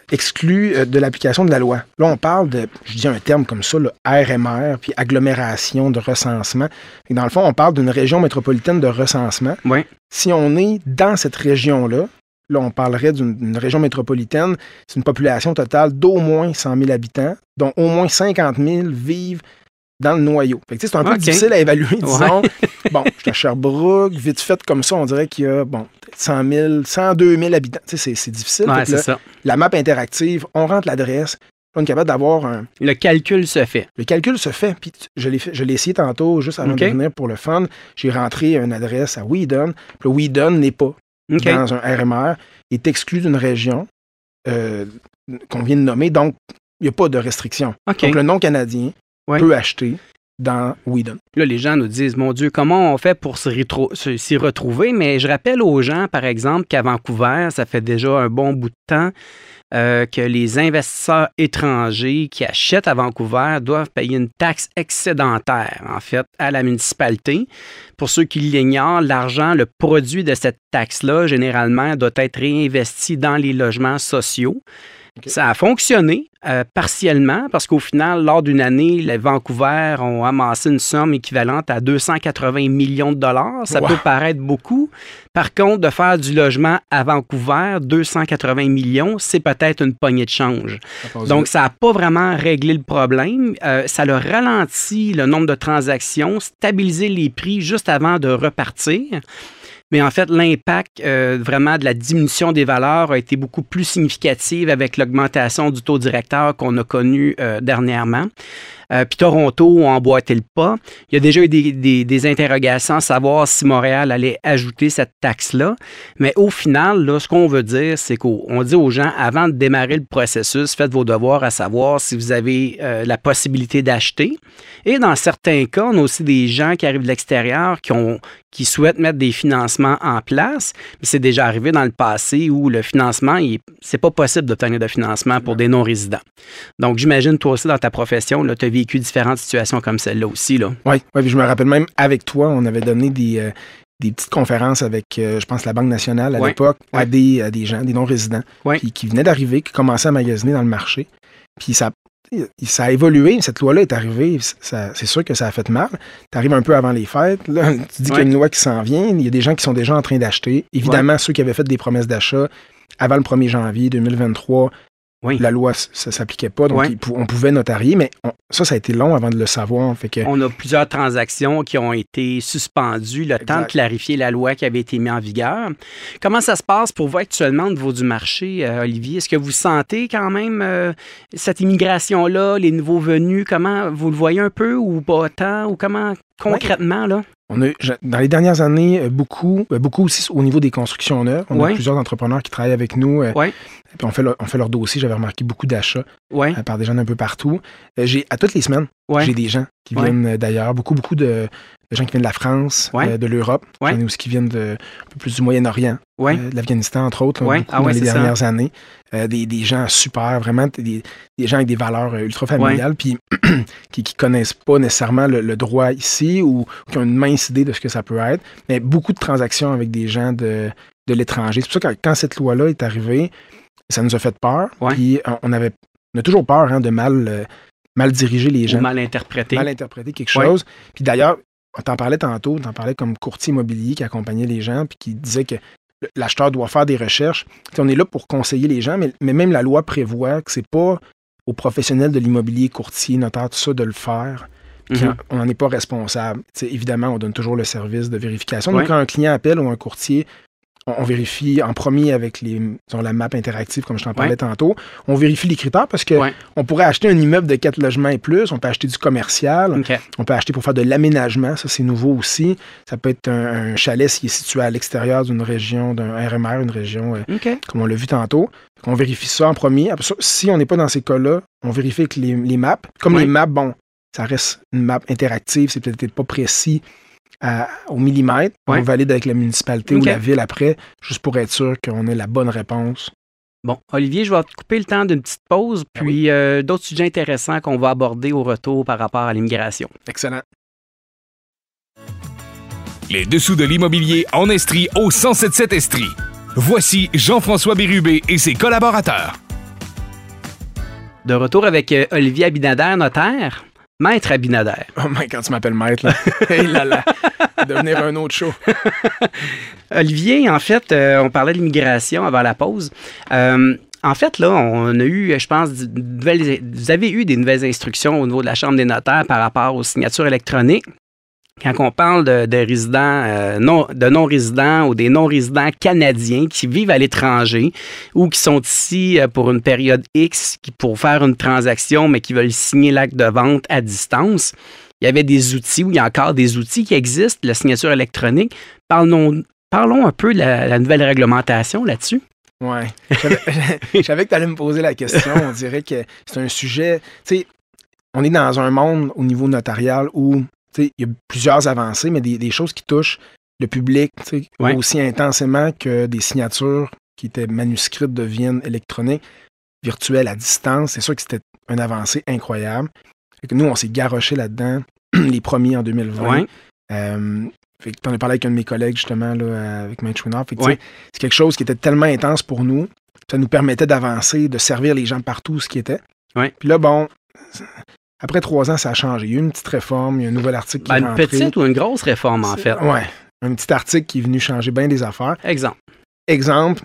E: exclu euh, de l'application de la loi. Là, on parle de, je dis un terme comme ça, là, R M R, puis agglomération de recensement. Et dans le fond, on parle d'une région métropolitaine de recensement.
B: Oui.
E: Si on est dans cette région-là, là, on parlerait d'une, d'une région métropolitaine, c'est une population totale d'au moins cent mille habitants, dont au moins cinquante mille vivent dans le noyau. Fait que, c'est un peu
B: okay.
E: difficile à évaluer, disons.
B: Ouais.
E: Bon, je suis à Sherbrooke, vite fait comme ça, on dirait qu'il y a bon, cent mille, cent deux mille habitants. Tu sais, c'est, c'est difficile.
B: Ouais, c'est
E: là,
B: ça.
E: La map interactive, on rentre l'adresse, on est capable d'avoir un...
B: Le calcul se fait.
E: Le calcul se fait, puis je l'ai, fait, je l'ai essayé tantôt, juste avant
B: okay.
E: de venir pour le fun. J'ai rentré une adresse à Whedon, puis le Whedon n'est pas okay. dans un R M R, est exclu d'une région euh, qu'on vient de nommer, donc il n'y a pas de restriction.
B: Okay.
E: Donc le non-canadien ouais. peut acheter dans Whedon.
B: Là, les gens nous disent, mon Dieu, comment on fait pour s'y, rétro- s'y retrouver? Mais je rappelle aux gens, par exemple, qu'à Vancouver, ça fait déjà un bon bout de temps euh, que les investisseurs étrangers qui achètent à Vancouver doivent payer une taxe excédentaire, en fait, à la municipalité. Pour ceux qui l'ignorent, l'argent, le produit de cette taxe-là, généralement, doit être réinvesti dans les logements sociaux. Okay. Ça a fonctionné euh, partiellement parce qu'au final, lors d'une année, les Vancouver ont amassé une somme équivalente à deux cent quatre-vingts millions de dollars. Ça wow. peut paraître beaucoup. Par contre, de faire du logement à Vancouver, deux cent quatre-vingts millions, c'est peut-être une poignée de change. Ça Donc, ça n'a pas vraiment réglé le problème. Euh, ça a ralenti le nombre de transactions, stabilisé les prix juste avant de repartir. Mais en fait, l'impact euh, vraiment de la diminution des valeurs a été beaucoup plus significatif avec l'augmentation du taux directeur qu'on a connu euh, dernièrement. Euh, puis Toronto a emboîté le pas. Il y a déjà eu des, des, des interrogations à savoir si Montréal allait ajouter cette taxe-là. Mais au final, là, ce qu'on veut dire, c'est qu'on dit aux gens, avant de démarrer le processus, faites vos devoirs à savoir si vous avez euh, la possibilité d'acheter. Et dans certains cas, on a aussi des gens qui arrivent de l'extérieur qui, ont, qui souhaitent mettre des financements en place. Mais c'est déjà arrivé dans le passé où le financement, il, c'est pas possible d'obtenir de financement pour des non-résidents. Donc, j'imagine, toi aussi, dans ta profession, tu as vécu différentes situations comme celle-là aussi. Là.
E: Oui, ouais, je me rappelle même avec toi, on avait donné des, euh, des petites conférences avec, euh, je pense, la Banque nationale à ouais, l'époque, ouais. à, des, à des gens, des non-résidents, ouais. qui, qui venaient d'arriver, qui commençaient à magasiner dans le marché. Puis ça, ça a évolué, cette loi-là est arrivée, ça, c'est sûr que ça a fait mal. Tu arrives un peu avant les fêtes, là, tu dis ouais. qu'il y a une loi qui s'en vient, il y a des gens qui sont déjà en train d'acheter. Évidemment, ouais. ceux qui avaient fait des promesses d'achat avant le premier janvier deux mille vingt-trois, oui. la loi, ça ne s'appliquait pas, donc oui. on pouvait notarier, mais on, ça, ça a été long avant de le savoir. Fait que...
B: On a plusieurs transactions qui ont été suspendues, le exact. temps de clarifier la loi qui avait été mise en vigueur. Comment ça se passe pour vous actuellement au niveau du marché, euh, Olivier? Est-ce que vous sentez quand même euh, cette immigration-là, les nouveaux venus, comment vous le voyez un peu ou pas tant, ou comment concrètement, oui. là?
E: On a, dans les dernières années, beaucoup, beaucoup aussi au niveau des constructions neuves. On ouais. a plusieurs entrepreneurs qui travaillent avec nous. Euh, ouais. Puis on fait, leur, on fait leur dossier. J'avais remarqué beaucoup d'achats ouais. euh, par des gens d'un peu partout. Euh, j'ai, à toutes les semaines, ouais. j'ai des gens qui ouais. viennent d'ailleurs. Beaucoup, beaucoup de, de gens qui viennent de la France, ouais. euh, de l'Europe. Ouais. J'en ai aussi qui viennent de, un peu plus du Moyen-Orient, ouais. euh, de l'Afghanistan, entre autres, ouais. beaucoup ah ouais, dans les dernières ça. années. Euh, des, des gens super, vraiment, des, des gens avec des valeurs ultra familiales, ouais. puis qui ne connaissent pas nécessairement le, le droit ici ou, ou qui ont une mince idée de ce que ça peut être. Mais beaucoup de transactions avec des gens de, de l'étranger. C'est pour ça que quand cette loi-là est arrivée, ça nous a fait peur. Ouais. Puis on, avait, on a toujours peur hein, de mal, euh, mal diriger les gens.
B: Ou mal interpréter.
E: Mal interpréter quelque ouais. chose. Puis d'ailleurs, on t'en parlait tantôt, on t'en parlait comme courtier immobilier qui accompagnait les gens puis qui disait que l'acheteur doit faire des recherches. T'sais, on est là pour conseiller les gens, mais, mais même la loi prévoit que c'est pas aux professionnels de l'immobilier, courtier, notaire, tout ça, de le faire. Mm-hmm. On n'en est pas responsable. T'sais, évidemment, on donne toujours le service de vérification. Ouais. Donc, quand un client appelle ou un courtier, on, on vérifie en premier avec les, disons, la map interactive, comme je t'en parlais ouais. tantôt. On vérifie les critères parce que ouais. on pourrait acheter un immeuble de quatre logements et plus. On peut acheter du commercial. Okay. On peut acheter pour faire de l'aménagement. Ça, c'est nouveau aussi. Ça peut être un, un chalet qui est situé à l'extérieur d'une région, d'un R M R, une région, euh, okay. comme on l'a vu tantôt. On vérifie ça en premier. Après ça, si on n'est pas dans ces cas-là, on vérifie avec les, les maps. Comme ouais. les maps, bon, ça reste une map interactive. C'est peut-être pas précis à, au millimètre. Ouais. On valide avec la municipalité okay. ou la ville après, juste pour être sûr qu'on ait la bonne réponse.
B: Bon, Olivier, je vais te couper le temps d'une petite pause, puis oui. euh, d'autres sujets intéressants qu'on va aborder au retour par rapport à l'immigration.
E: Excellent.
A: Les dessous de l'immobilier en Estrie au cent soixante-dix-sept Estrie. Voici Jean-François Bérubé et ses collaborateurs.
B: De retour avec euh, Olivier Abinader, notaire. Maître Abinader.
E: Oh my, quand tu m'appelles maître, là. Hey là là. Devenir un autre show.
B: Olivier, en fait, euh, on parlait de l'immigration avant la pause. Euh, en fait, là, on a eu, je pense, de nouvelles, vous avez eu des nouvelles instructions au niveau de la Chambre des notaires par rapport aux signatures électroniques. Quand on parle de, de résidents, euh, non, de non-résidents ou des non-résidents canadiens qui vivent à l'étranger ou qui sont ici pour une période X qui, pour faire une transaction, mais qui veulent signer l'acte de vente à distance, il y avait des outils, ou il y a encore des outils qui existent, la signature électronique. Parlons, parlons un peu de la, la nouvelle réglementation là-dessus.
E: Oui. Je savais que tu allais me poser la question. On dirait que c'est un sujet... Tu sais, on est dans un monde au niveau notarial où il y a plusieurs avancées, mais des, des choses qui touchent le public ouais. aussi intensément que des signatures qui étaient manuscrites deviennent électroniques, virtuelles à distance. C'est sûr que c'était une avancée incroyable. Fait que nous, on s'est garoché là-dedans, les premiers en deux mille vingt. Ouais. Euh, fait que t'en as parlé avec un de mes collègues, justement, là, avec Maître Chouinard. Fait que, ouais. c'est quelque chose qui était tellement intense pour nous. Ça nous permettait d'avancer, de servir les gens partout où ce qui était.
B: Ouais.
E: Puis là, bon... Après trois ans, ça a changé. Il y a eu une petite réforme, il y a un nouvel article qui
B: ben,
E: est
B: une
E: rentré.
B: Une petite ou une grosse réforme, en fait?
E: Oui, un petit article qui est venu changer bien des affaires.
B: Exemple.
E: Exemple,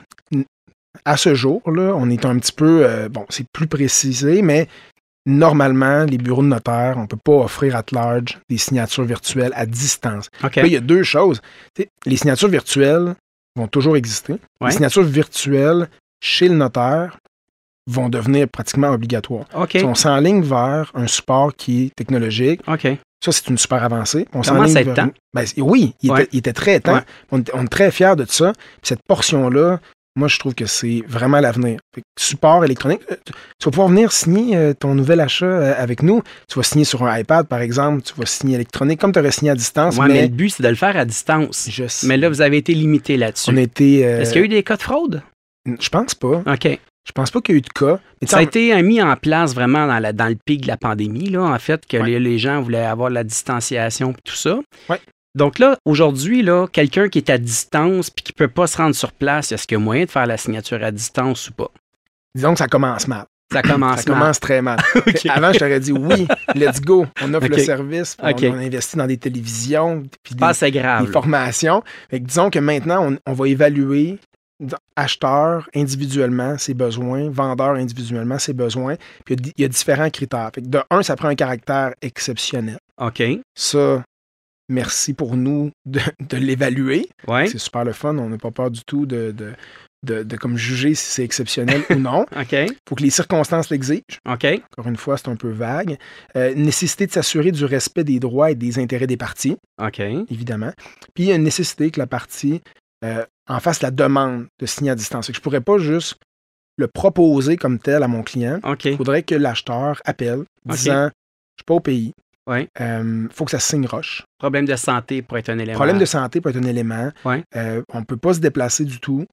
E: à ce jour, là, on est un petit peu... Euh, bon, c'est plus précisé, mais normalement, les bureaux de notaire, on ne peut pas offrir at large des signatures virtuelles à distance.
B: Okay.
E: Là, il y a deux choses. T'sais, les signatures virtuelles vont toujours exister.
B: Ouais.
E: Les signatures virtuelles chez le notaire vont devenir pratiquement obligatoires.
B: Okay.
E: On s'enligne vers un support qui est technologique.
B: Okay.
E: Ça, c'est une super avancée. On
B: Comment ça être temps?
E: Ben, oui, il, ouais. était, il était très temps.
B: Ouais.
E: On, on est très fiers de ça. Puis cette portion-là, moi, je trouve que c'est vraiment l'avenir. Fait que support électronique, tu, tu vas pouvoir venir signer euh, ton nouvel achat euh, avec nous. Tu vas signer sur un iPad, par exemple. Tu vas signer électronique, comme tu aurais signé à distance.
B: Oui,
E: mais...
B: mais le but, c'est de le faire à distance.
E: Je sais.
B: Mais là, vous avez été limité là-dessus.
E: On a été... Euh...
B: Est-ce qu'il y a eu des cas de fraude?
E: Je pense pas.
B: OK.
E: Je pense pas qu'il y a eu de cas.
B: Mais ça a été mis en place vraiment dans, la, dans le pic de la pandémie, là, en fait, que
E: ouais.
B: les, les gens voulaient avoir la distanciation et tout ça.
E: Ouais.
B: Donc là, aujourd'hui, là, quelqu'un qui est à distance et qui ne peut pas se rendre sur place, est-ce qu'il y a moyen de faire la signature à distance ou pas?
E: Disons que ça commence mal.
B: Ça commence
E: ça
B: mal.
E: commence très mal.
B: Okay.
E: Avant, je t'aurais dit oui, let's go. On offre
B: okay.
E: le service.
B: Okay.
E: On, on investit dans des télévisions. Puis des,
B: pas c'est grave,
E: des formations. Fait que disons que maintenant, on, on va évaluer acheteur individuellement ses besoins, vendeur individuellement ses besoins. Puis il y, y a différents critères. Fait que de un, ça prend un caractère exceptionnel.
B: OK.
E: Ça, merci pour nous de, de l'évaluer.
B: Ouais.
E: C'est super le fun. On n'a pas peur du tout de, de, de, de comme juger si c'est exceptionnel ou non.
B: OK.
E: Il faut que les circonstances l'exigent.
B: OK.
E: Encore une fois, c'est un peu vague. Euh, nécessité de s'assurer du respect des droits et des intérêts des parties.
B: OK.
E: Évidemment. Puis il y a une nécessité que la partie euh, en fasse la demande de signer à distance. Je ne pourrais pas juste le proposer comme tel à mon client.
B: OK.
E: Il faudrait que l'acheteur appelle disant okay. je ne suis pas au pays. Il
B: ouais.
E: euh, faut que ça se signe roche.
B: Problème de santé pour être un élément.
E: Problème de santé pour être un élément.
B: Ouais.
E: Euh, on ne peut pas se déplacer du tout.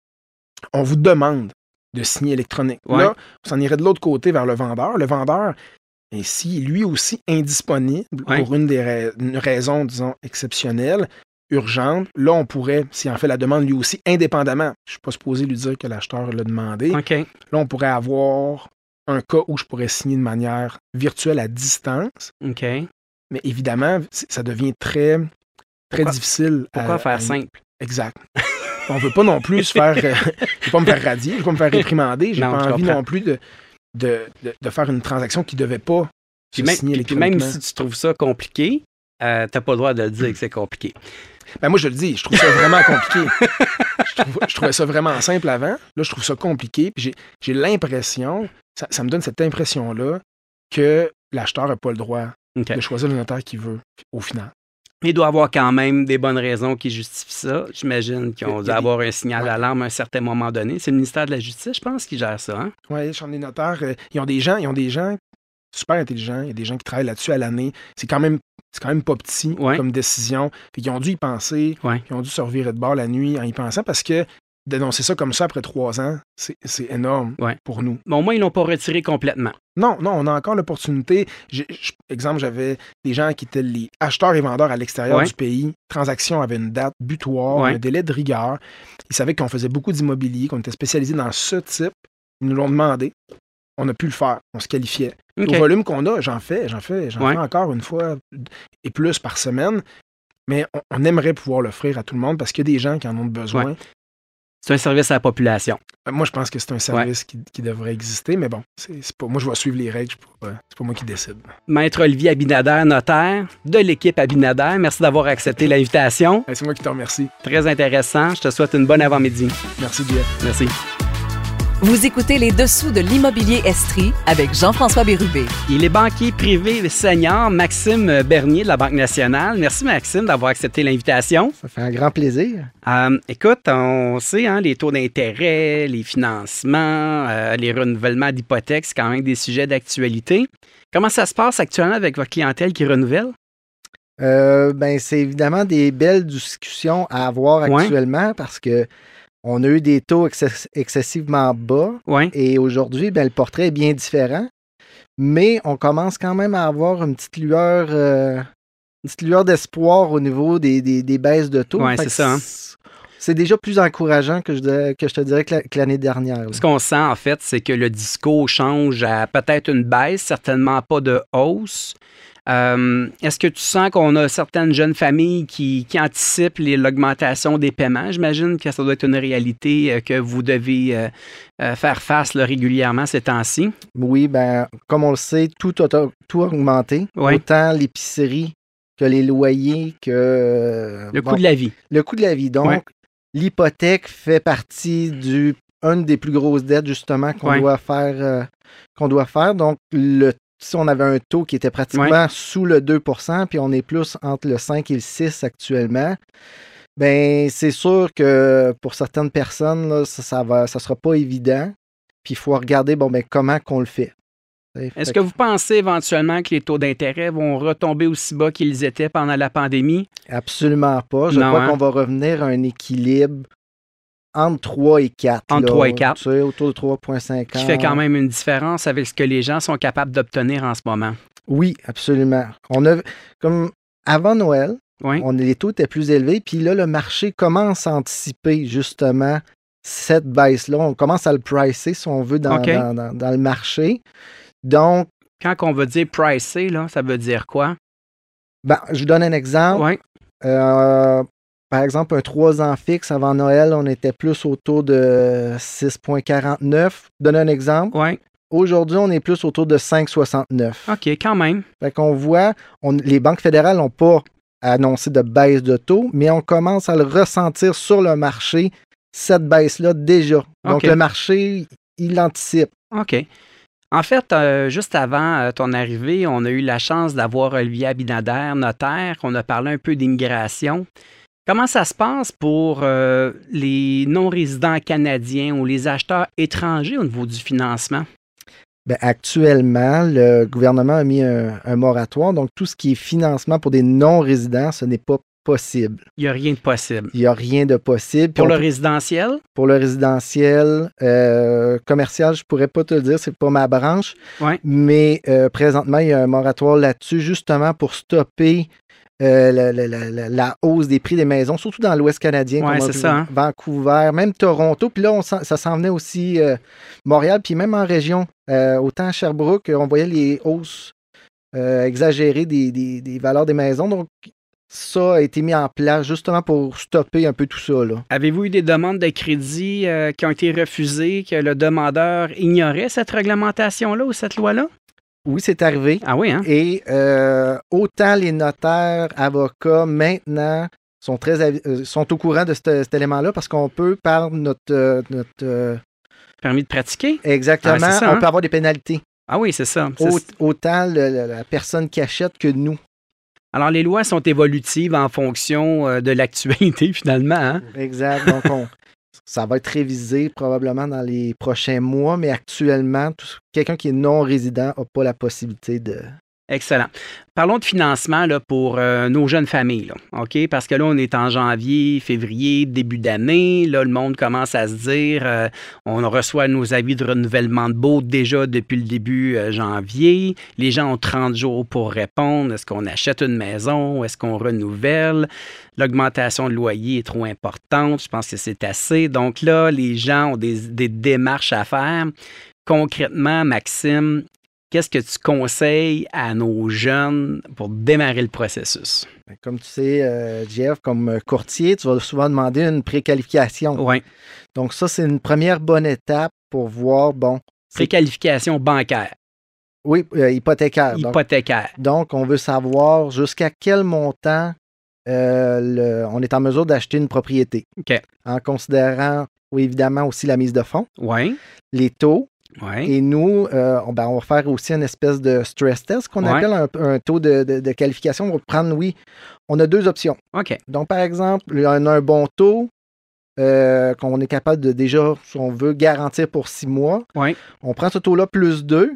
E: On vous demande de signer électronique.
B: Ouais.
E: Là, on s'en irait de l'autre côté vers le vendeur. Le vendeur est si lui aussi indisponible ouais. pour une des ra- une raison, disons, exceptionnelle, urgente. Là, on pourrait, s'il en fait la demande lui aussi, indépendamment, je ne suis pas supposé lui dire que l'acheteur l'a demandé.
B: Okay.
E: Là, on pourrait avoir un cas où je pourrais signer de manière virtuelle à distance.
B: OK.
E: Mais évidemment, ça devient très, très
B: pourquoi,
E: difficile.
B: Pourquoi
E: à,
B: faire
E: à...
B: simple?
E: Exact. On ne veut pas non plus se faire... Euh, je ne veux pas me faire radier, je ne veux pas me faire réprimander. Je n'ai pas envie non plus de, de, de, de faire une transaction qui ne devait pas
B: puis
E: se
B: même,
E: signer
B: puis même si tu trouves ça compliqué, euh, tu n'as pas le droit de le dire que c'est compliqué.
E: Ben moi, je le dis, je trouve ça vraiment compliqué. je, trouve, je trouvais ça vraiment simple avant. Là, je trouve ça compliqué. Puis j'ai, j'ai l'impression, ça, ça me donne cette impression-là que l'acheteur n'a pas le droit okay. de choisir le notaire qu'il veut au final.
B: Il doit avoir quand même des bonnes raisons qui justifient ça. J'imagine qu'ils ont dû avoir un signal ouais. d'alarme à un certain moment donné. C'est le ministère de la Justice, je pense, qui gère ça. Hein?
E: Oui, je suis des notaires. Euh, ils ont des gens, ils ont des gens super intelligents. Il y a des gens qui travaillent là-dessus à l'année. C'est quand même, c'est quand même pas petit ouais. comme décision. Fait qu'ils ont dû y penser.
B: Ouais.
E: Ils ont dû se revirer de bord la nuit en y pensant parce que d'énoncer ça comme ça après trois ans, c'est, c'est énorme
B: ouais.
E: pour nous.
B: Mais au moins, ils l'ont pas retiré complètement.
E: Non, non, on a encore l'opportunité. J'ai, j', exemple, j'avais des gens qui étaient les acheteurs et vendeurs à l'extérieur ouais. du pays. Transaction avait une date butoir, ouais. un délai de rigueur. Ils savaient qu'on faisait beaucoup d'immobilier, qu'on était spécialisé dans ce type. Ils nous l'ont demandé. On a pu le faire. On se qualifiait. Okay. Au volume qu'on a, j'en fais, j'en fais, j'en ouais. fais encore une fois et plus par semaine. Mais on, on aimerait pouvoir l'offrir à tout le monde parce qu'il y a des gens qui en ont besoin.
B: Ouais. C'est un service à la population.
E: Moi, je pense que c'est un service ouais. qui, qui devrait exister, mais bon, c'est, c'est pas, moi, je vais suivre les règles, c'est pas, c'est pas moi qui décide.
B: Maître Olivier Abinader, notaire de l'équipe Abinader, merci d'avoir accepté l'invitation.
E: C'est moi qui te remercie.
B: Très intéressant. Je te souhaite une bonne avant-midi.
E: Merci bien.
B: Merci.
D: Vous écoutez Les Dessous de l'immobilier Estrie avec Jean-François Bérubé.
B: Il est banquier privé senior, Maxime Bernier de la Banque nationale. Merci, Maxime, d'avoir accepté l'invitation.
F: Ça fait un grand plaisir.
B: Euh, écoute, on sait, hein, les taux d'intérêt, les financements, euh, les renouvellements d'hypothèques, c'est quand même des sujets d'actualité. Comment ça se passe actuellement avec votre clientèle qui renouvelle?
F: Euh, ben, c'est évidemment des belles discussions à avoir actuellement ouais. parce que on a eu des taux excess- excessivement bas
B: ouais.
F: et aujourd'hui, ben, le portrait est bien différent. Mais on commence quand même à avoir une petite lueur, euh, une petite lueur d'espoir au niveau des, des, des baisses de taux.
B: Oui, c'est ça. Hein?
F: C'est déjà plus encourageant que je, dirais, que je te dirais que, la, que l'année dernière. Là.
B: Ce qu'on sent, en fait, c'est que le discours change à peut-être une baisse, certainement pas de hausse. Euh, est-ce que tu sens qu'on a certaines jeunes familles qui, qui anticipent les, l'augmentation des paiements? J'imagine que ça doit être une réalité euh, que vous devez euh, euh, faire face là, régulièrement ces temps-ci.
F: Oui, ben comme on le sait, tout a, tout a augmenté. Oui. Autant l'épicerie que les loyers, que... Euh,
B: le
F: bon,
B: coût de la vie.
F: Le coût de la vie. Donc, oui. L'hypothèque fait partie du une des plus grosses dettes, justement, qu'on, oui. doit, faire, euh, qu'on doit faire. Donc, le si on avait un taux qui était pratiquement ouais. sous le deux pour cent, puis on est plus entre le cinq et le six actuellement, bien, c'est sûr que pour certaines personnes, là, ça, ça va, ça sera pas évident. Puis il faut regarder, bon, ben, comment qu'on le fait.
B: Est-ce que vous pensez éventuellement que les taux d'intérêt vont retomber aussi bas qu'ils étaient pendant la pandémie?
F: Absolument pas. Je non, crois hein? qu'on va revenir à un équilibre entre trois et quatre.
B: Entre
F: là,
B: trois et quatre.
F: Tu sais, autour de trois virgule cinquante.
B: Qui fait quand même une différence avec ce que les gens sont capables d'obtenir en ce moment.
F: Oui, absolument. On a, comme avant Noël,
B: oui.
F: on, les taux étaient plus élevés, puis là, le marché commence à anticiper justement cette baisse-là. On commence à le pricer, si on veut, dans, okay. dans, dans, dans le marché. Donc...
B: Quand on veut dire pricer, là, ça veut dire quoi?
F: Ben, je vous donne un exemple.
B: Oui.
F: Euh, Par exemple, un trois ans fixe avant Noël, on était plus autour de six virgule quarante-neuf. Donne un exemple.
B: Oui.
F: Aujourd'hui, on est plus autour de cinq virgule soixante-neuf.
B: OK, quand même.
F: Fait qu'on voit, on, les banques fédérales n'ont pas annoncé de baisse de taux, mais on commence à le ressentir sur le marché, cette baisse-là déjà. Donc, okay. le marché, il l'anticipe.
B: OK. En fait, euh, juste avant euh, ton arrivée, on a eu la chance d'avoir Olivier Abinader, notaire, qu'on a parlé un peu d'immigration. Comment ça se passe pour euh, les non-résidents canadiens ou les acheteurs étrangers au niveau du financement?
F: Bien, actuellement, le gouvernement a mis un, un moratoire. Donc, tout ce qui est financement pour des non-résidents, ce n'est pas possible.
B: Il n'y a rien de possible.
F: Il n'y a rien de possible.
B: Pour
F: on,
B: le résidentiel?
F: Pour le résidentiel, euh, commercial, je ne pourrais pas te le dire, c'est pas ma branche.
B: Ouais.
F: Mais euh, présentement, il y a un moratoire là-dessus, justement pour stopper Euh, la, la, la, la hausse des prix des maisons, surtout dans l'Ouest canadien,
B: ouais,
F: comme
B: c'est ça, hein?
F: Vancouver, même Toronto. Puis là, on ça s'en venait aussi euh, Montréal, puis même en région. Euh, autant à Sherbrooke, on voyait les hausses euh, exagérées des, des, des valeurs des maisons. Donc, ça a été mis en place justement pour stopper un peu tout ça. Là.
B: Avez-vous eu des demandes de crédit euh, qui ont été refusées, que le demandeur ignorait cette réglementation-là ou cette loi-là?
F: Oui, c'est arrivé.
B: Ah oui, hein?
F: Et euh, autant les notaires, avocats, maintenant, sont très euh, sont au courant de cet, cet élément-là parce qu'on peut, par notre... Euh, notre euh...
B: permis de pratiquer?
F: Exactement. Ah, ça, on hein? peut avoir des pénalités.
B: Ah oui, c'est ça.
F: C'est... Au, autant le, le, la personne qui achète que nous.
B: Alors, les lois sont évolutives en fonction euh, de l'actualité, finalement. Hein?
F: Exact. Donc, on... Ça va être révisé probablement dans les prochains mois, mais actuellement, tout, quelqu'un qui est non-résident n'a pas la possibilité de...
B: Excellent. Parlons de financement là, pour euh, nos jeunes familles, là, OK? Parce que là, on est en janvier, février, début d'année. Là, le monde commence à se dire, euh, on reçoit nos avis de renouvellement de baux déjà depuis le début euh, janvier. Les gens ont trente jours pour répondre. Est-ce qu'on achète une maison? Est-ce qu'on renouvelle? L'augmentation de loyer est trop importante. Je pense que c'est assez. Donc là, les gens ont des, des démarches à faire. Concrètement, Maxime, qu'est-ce que tu conseilles à nos jeunes pour démarrer le processus?
F: Comme tu sais, euh, Jeff, comme courtier, tu vas souvent demander une préqualification.
B: Oui.
F: Donc ça, c'est une première bonne étape pour voir, bon...
B: Préqualification bancaire.
F: Oui, euh, hypothécaire.
B: Hypothécaire.
F: Donc, donc, on veut savoir jusqu'à quel montant euh, le, on est en mesure d'acheter une propriété.
B: OK.
F: En considérant, oui, évidemment, aussi la mise de fonds,
B: oui.
F: les taux.
B: Oui.
F: Et nous, euh, on, ben, on va faire aussi une espèce de stress test qu'on
B: ouais.
F: appelle un, un taux de, de, de qualification. On va prendre, oui, on a deux options.
B: OK.
F: Donc, par exemple, on a un bon taux euh, qu'on est capable de déjà, si on veut, garantir pour six mois.
B: Oui.
F: On prend ce taux-là plus deux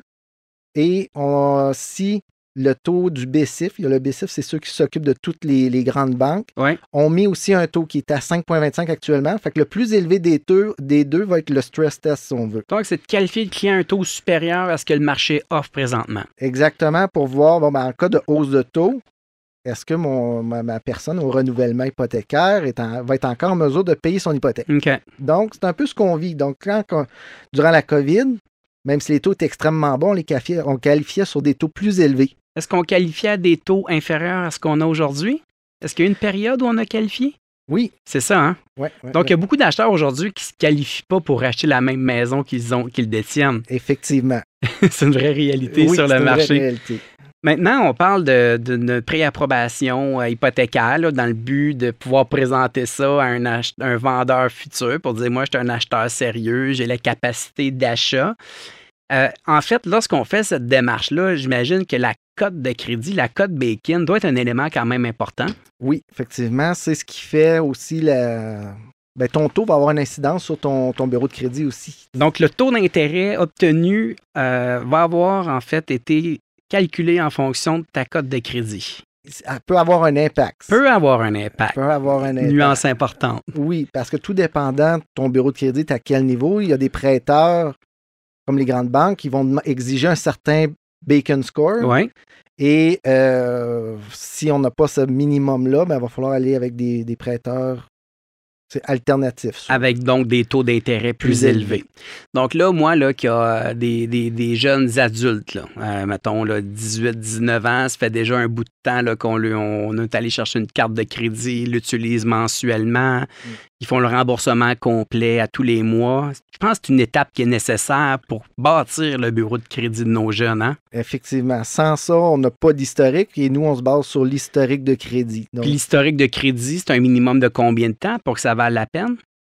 F: et on, si le taux du B C I F, il y a le B C I F, c'est ceux qui s'occupent de toutes les, les grandes banques.
B: Ouais.
F: On met aussi un taux qui est à cinq virgule vingt-cinq actuellement. Fait que le plus élevé des deux, des deux va être le stress test, si on veut.
B: Donc, c'est de qualifier le client à un taux supérieur à ce que le marché offre présentement.
F: Exactement, pour voir, bon, ben, en cas de hausse de taux, est-ce que mon, ma, ma personne au renouvellement hypothécaire est en, va être encore en mesure de payer son hypothèque?
B: OK.
F: Donc, c'est un peu ce qu'on vit. Donc, quand, quand durant la COVID, même si les taux étaient extrêmement bons, on les qualifiait, on qualifiait sur des taux plus élevés.
B: Est-ce qu'on qualifiait à des taux inférieurs à ce qu'on a aujourd'hui? Est-ce qu'il y a eu une période où on a qualifié?
F: Oui.
B: C'est ça, hein?
F: Ouais, ouais,
B: Donc,
F: ouais.
B: il y a beaucoup d'acheteurs aujourd'hui qui ne se qualifient pas pour acheter la même maison qu'ils ont, qu'ils détiennent.
F: Effectivement.
B: C'est une vraie réalité
F: oui,
B: sur le
F: c'est
B: marché.
F: Une vraie réalité.
B: Maintenant, on parle de, de, de préapprobation euh, hypothécaire là, dans le but de pouvoir présenter ça à un, ach- un vendeur futur pour dire, moi, je suis un acheteur sérieux, j'ai la capacité d'achat. Euh, en fait, lorsqu'on fait cette démarche-là, j'imagine que la cote de crédit, la cote Bacon, doit être un élément quand même important.
F: Oui, effectivement. C'est ce qui fait aussi la... Ben, ton taux va avoir une incidence sur ton, ton bureau de crédit aussi.
B: Donc, le taux d'intérêt obtenu euh, va avoir en fait été calculé en fonction de ta cote de crédit.
F: Ça peut avoir un impact.
B: Peut avoir un impact.
F: Peut avoir un impact.
B: Nuance importante.
F: Oui, parce que tout dépendant de ton bureau de crédit, à quel niveau, il y a des prêteurs, comme les grandes banques, qui vont exiger un certain Bacon score.
B: Oui.
F: Et euh, si on n'a pas ce minimum-là, ben, il va falloir aller avec des, des prêteurs c'est alternatif. Ça.
B: Avec donc des taux d'intérêt plus,
F: plus
B: élevés.
F: élevés.
B: Donc là, moi, là, qui a des, des, des jeunes adultes, là, euh, mettons là, dix-huit dix-neuf ans, ça fait déjà un bout de temps là, qu'on lui, on est allé chercher une carte de crédit, ils l'utilisent mensuellement, mm. ils font le remboursement complet à tous les mois. Je pense que c'est une étape qui est nécessaire pour bâtir le bureau de crédit de nos jeunes. Hein?
F: Effectivement. Sans ça, on n'a pas d'historique et nous, on se base sur l'historique de crédit. Donc,
B: Puis l'historique de crédit, c'est un minimum de combien de temps pour que ça vaille la peine?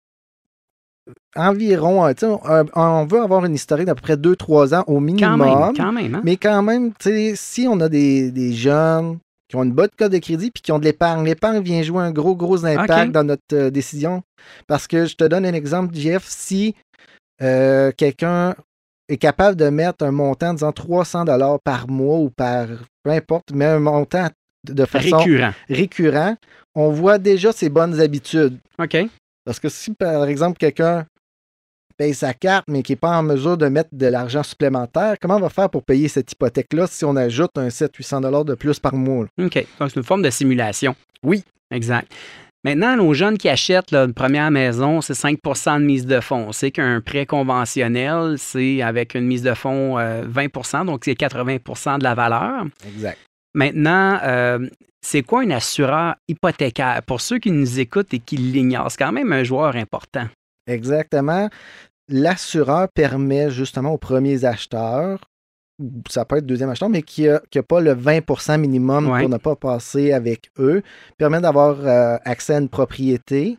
F: Environ, on, on veut avoir une historique d'à peu près deux trois ans au minimum.
B: Quand même, quand même. Hein?
F: Mais quand même, si on a des, des jeunes qui ont une bonne cote de crédit puis qui ont de l'épargne, l'épargne vient jouer un gros, gros impact okay. dans notre euh, décision. Parce que je te donne un exemple, Jeff, si euh, quelqu'un est capable de mettre un montant, disons trois cents dollars par mois ou par, peu importe, mais un montant de façon
B: récurrent,
F: récurrent on voit déjà ses bonnes habitudes.
B: OK.
F: Parce que si, par exemple, quelqu'un paye sa carte, mais qui n'est pas en mesure de mettre de l'argent supplémentaire, comment on va faire pour payer cette hypothèque-là si on ajoute un sept à huit cents dollars de plus par mois? Là?
B: OK. Donc, c'est une forme de simulation.
F: Oui.
B: Exact. Maintenant, nos jeunes qui achètent là, une première maison, c'est cinq pour cent de mise de fonds. On sait qu'un prêt conventionnel, c'est avec une mise de fonds euh, vingt pour cent, donc c'est quatre-vingts pour cent de la valeur.
F: Exact.
B: Maintenant, euh, c'est quoi un assureur hypothécaire? Pour ceux qui nous écoutent et qui l'ignorent, c'est quand même un joueur important.
F: Exactement. L'assureur permet justement aux premiers acheteurs, ça peut être deuxième acheteur, mais qui n'a qui a pas le vingt pour cent minimum ouais. pour ne pas passer avec eux, permet d'avoir euh, accès à une propriété.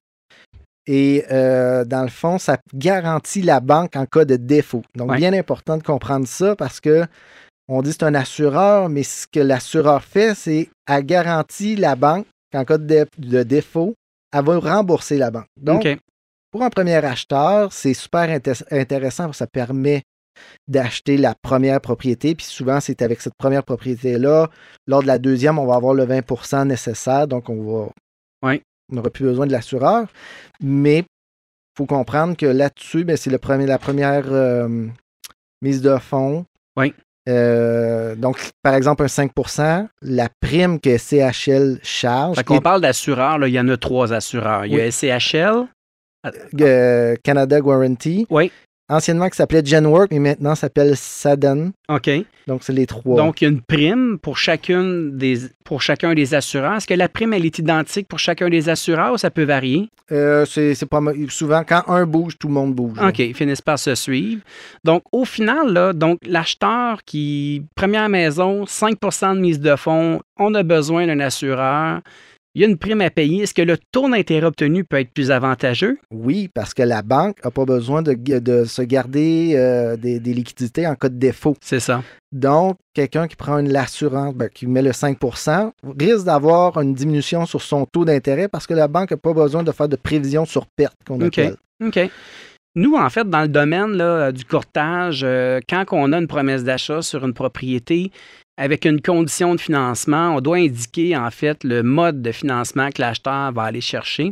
F: Et euh, dans le fond, ça garantit la banque en cas de défaut. Donc, ouais. bien important de comprendre ça parce que on dit que c'est un assureur, mais ce que l'assureur fait, c'est qu'elle garantit la banque qu'en cas de, dé- de défaut, elle va rembourser la banque. Donc, okay. pour un premier acheteur, c'est super inté- intéressant parce que ça permet d'acheter la première propriété. Puis souvent, c'est avec cette première propriété-là. Lors de la deuxième, on va avoir le vingt pour cent nécessaire. Donc, on va,
B: oui.
F: on n'aura plus besoin de l'assureur. Mais il faut comprendre que là-dessus, bien, c'est le premier, la première euh, mise de fonds.
B: Oui.
F: Euh, donc, par exemple, un cinq pour cent, la prime que S C H L charge.
B: Fait qu'on est... parle d'assureurs, là, il y en a trois assureurs. Il y a oui. S C H L,
F: euh, Canada Guarantee
B: oui.
F: anciennement qui s'appelait Genworth, mais maintenant s'appelle Sadden.
B: OK.
F: Donc, c'est les trois.
B: Donc, il y a une prime pour, chacune des, pour chacun des assureurs. Est-ce que la prime, elle est identique pour chacun des assureurs ou ça peut varier?
F: Euh, c'est, c'est pas souvent, quand un bouge, tout le monde bouge.
B: OK, ils finissent par se suivre. Donc, au final, là, donc, l'acheteur qui, première maison, cinq pour cent de mise de fonds, on a besoin d'un assureur. Il y a une prime à payer. Est-ce que le taux d'intérêt obtenu peut être plus avantageux?
F: Oui, parce que la banque n'a pas besoin de, de se garder euh, des, des liquidités en cas de défaut.
B: C'est ça.
F: Donc, quelqu'un qui prend une l'assurance, ben, qui met le cinq pour cent, risque d'avoir une diminution sur son taux d'intérêt parce que la banque n'a pas besoin de faire de prévision sur perte qu'on appelle.
B: OK. OK. Nous, en fait, dans le domaine là, du courtage, euh, quand on a une promesse d'achat sur une propriété, avec une condition de financement, on doit indiquer en fait le mode de financement que l'acheteur va aller chercher.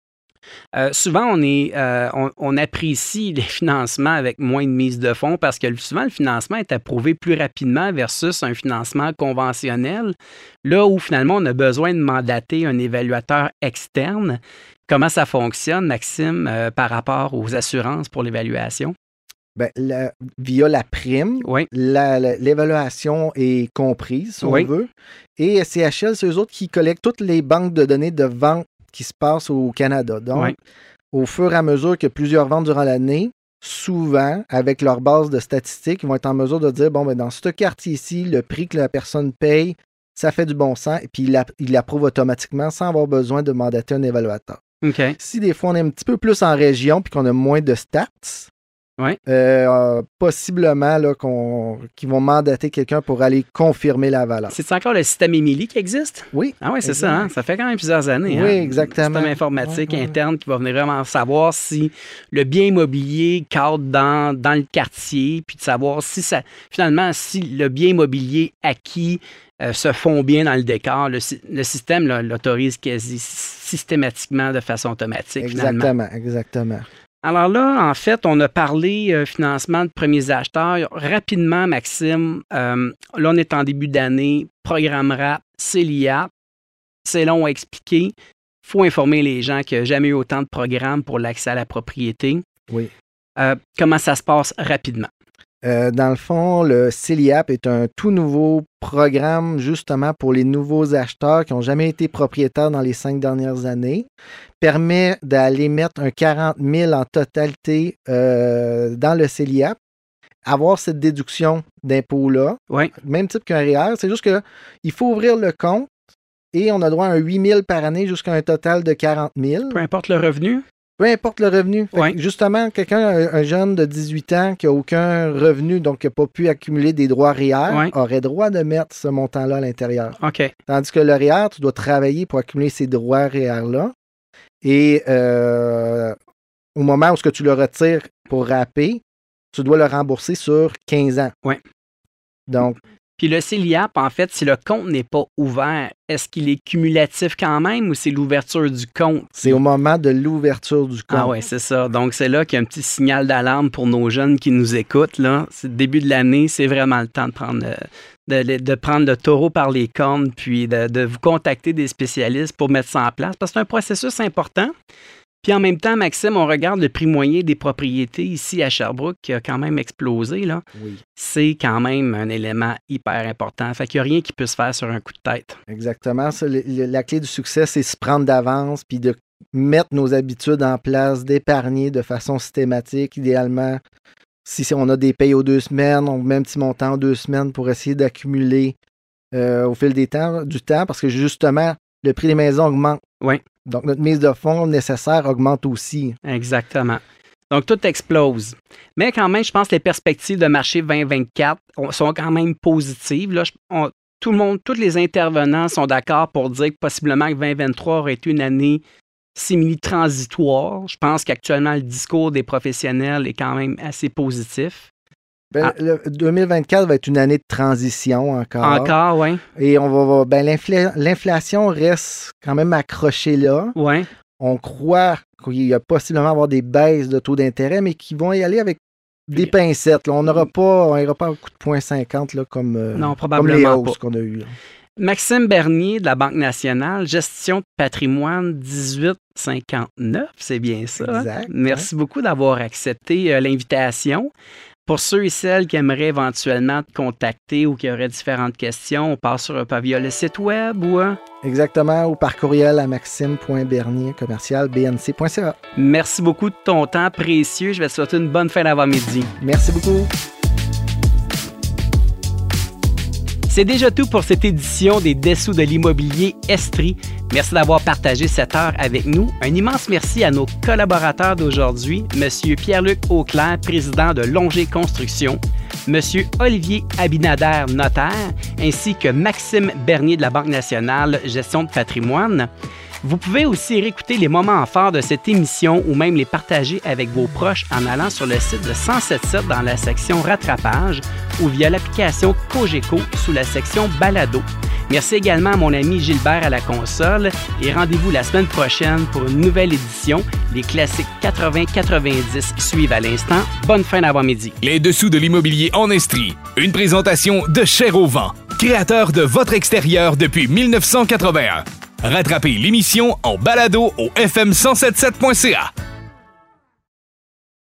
B: Euh, souvent, on, est, euh, on, on apprécie les financements avec moins de mise de fonds parce que souvent, le financement est approuvé plus rapidement versus un financement conventionnel, là où finalement, on a besoin de mandater un évaluateur externe. Comment ça fonctionne, Maxime, euh, par rapport aux assurances pour l'évaluation?
F: Ben, la, via la prime,
B: oui.
F: la, la, l'évaluation est comprise, si
B: oui.
F: on veut. Et C H L, c'est eux autres qui collectent toutes les banques de données de vente qui se passent au Canada. Donc, oui. au fur et à mesure qu'il y a plusieurs ventes durant l'année, souvent, avec leur base de statistiques, ils vont être en mesure de dire, bon, ben, dans ce quartier-ci, le prix que la personne paye, ça fait du bon sens, et puis il, la, il l'approuve automatiquement sans avoir besoin de mandater un évaluateur.
B: Okay.
F: Si des fois, on est un petit peu plus en région puis qu'on a moins de stats,
B: Oui.
F: Euh, possiblement là, qu'on, qu'ils vont mandater quelqu'un pour aller confirmer la valeur.
B: C'est encore le système Emily qui existe?
F: Oui.
B: Ah oui, c'est exact. ça. Hein? Ça fait quand même plusieurs années.
F: Oui,
B: hein?
F: exactement.
B: Un système informatique
F: oui, oui.
B: interne qui va venir vraiment savoir si le bien immobilier cadre dans, dans le quartier, puis de savoir si ça, finalement, si le bien immobilier acquis euh, se fond bien dans le décor. Le, le système là, l'autorise quasi systématiquement de façon automatique.
F: Exactement,
B: finalement.
F: exactement.
B: Alors là, en fait, on a parlé euh, financement de premiers acheteurs. Rapidement, Maxime, euh, là, on est en début d'année, programme R A P, C E L I A P. C'est long à expliquer. Il faut informer les gens qu'il n'y a jamais eu autant de programmes pour l'accès à la propriété.
F: Oui.
B: Euh, comment ça se passe rapidement?
F: Euh, dans le fond, le C E L I A P est un tout nouveau programme justement pour les nouveaux acheteurs qui n'ont jamais été propriétaires dans les cinq dernières années. Permet d'aller mettre un quarante mille en totalité euh, dans le C E L I A P, avoir cette déduction d'impôt-là,
B: oui.
F: même type qu'un R E E R. C'est juste qu'il faut ouvrir le compte et on a droit à un huit mille par année jusqu'à un total de quarante mille.
B: Peu importe le revenu?
F: Peu importe le revenu.
B: Oui.
F: Justement, quelqu'un, un, un jeune de dix-huit ans qui n'a aucun revenu, donc qui n'a pas pu accumuler des droits R E E R, oui. aurait droit de mettre ce montant-là à l'intérieur.
B: OK.
F: Tandis que le R E E R, tu dois travailler pour accumuler ces droits R E E R-là. Et euh, au moment où ce que tu le retires pour R A P, tu dois le rembourser sur quinze ans.
B: Oui.
F: Donc,
B: puis le C E L I A P, en fait, si le compte n'est pas ouvert, est-ce qu'il est cumulatif quand même ou c'est l'ouverture du compte?
F: C'est au moment de l'ouverture du compte.
B: Ah oui, c'est ça. Donc, c'est là qu'il y a un petit signal d'alarme pour nos jeunes qui nous écoutent. Là. C'est le début de l'année, c'est vraiment le temps de prendre, de, de, de prendre le taureau par les cornes puis de, de vous contacter des spécialistes pour mettre ça en place parce que c'est un processus important. Puis en même temps, Maxime, on regarde le prix moyen des propriétés ici à Sherbrooke qui a quand même explosé. Là.
F: Oui.
B: C'est quand même un élément hyper important. Fait qu'il n'y a rien qui peut se faire sur un coup de tête.
F: Exactement. Ça, le, le, la clé du succès, c'est se prendre d'avance puis de mettre nos habitudes en place, d'épargner de façon systématique, idéalement. Si on a des payes aux deux semaines, on met un petit montant aux deux semaines pour essayer d'accumuler euh, au fil des temps, du temps parce que justement, le prix des maisons augmente.
B: Oui.
F: Donc, notre mise de fonds nécessaire augmente aussi.
B: Exactement. Donc, tout explose. Mais quand même, je pense que les perspectives de marché vingt vingt-quatre sont quand même positives. Là, on, tout le monde, tous les intervenants sont d'accord pour dire que possiblement que vingt vingt-trois aurait été une année simili-transitoire. Je pense qu'actuellement, le discours des professionnels est quand même assez positif.
F: Ben, ah. Le deux mille vingt-quatre va être une année de transition encore.
B: Encore, oui.
F: Et on va, ben, l'infla- l'inflation reste quand même accrochée là.
B: Oui.
F: On croit qu'il y a possiblement avoir des baisses de taux d'intérêt, mais qui vont y aller avec des Puis, pincettes. Là. On n'aura pas, on n'ira pas au coup de zéro virgule cinquante là, comme,
B: non, probablement
F: comme les hausses
B: pas.
F: qu'on a eues. Là.
B: Maxime Bernier de la Banque nationale, gestion de patrimoine dix-huit cinquante-neuf, c'est bien ça.
F: Exact.
B: Hein? Merci ouais. beaucoup d'avoir accepté euh, l'invitation. Pour ceux et celles qui aimeraient éventuellement te contacter ou qui auraient différentes questions, on passe sur pas via le site web ou...
F: Exactement, ou par courriel à maxime point bernier commercial b n c point c a.
B: Merci beaucoup de ton temps précieux. Je vais te souhaiter une bonne fin d'avant-midi.
F: Merci beaucoup.
B: C'est déjà tout pour cette édition des Dessous de l'immobilier Estrie. Merci d'avoir partagé cette heure avec nous. Un immense merci à nos collaborateurs d'aujourd'hui, M. Pierre-Luc Auclair, président de Longer Construction, M. Olivier Abinader, notaire, ainsi que Maxime Bernier de la Banque nationale, gestion de patrimoine. Vous pouvez aussi réécouter les moments forts de cette émission ou même les partager avec vos proches en allant sur le site de cent sept sept dans la section Rattrapage ou via l'application Cogeco sous la section Balado. Merci également à mon ami Gilbert à la console et rendez-vous la semaine prochaine pour une nouvelle édition. Les classiques quatre-vingts quatre-vingt-dix suivent à l'instant. Bonne fin d'avant-midi.
A: Les dessous de l'immobilier en Estrie. Une présentation de Cher au vent, créateur de votre extérieur depuis dix-neuf cent quatre-vingt-un. Rattrapez l'émission en balado au f m cent soixante-dix-sept point c a.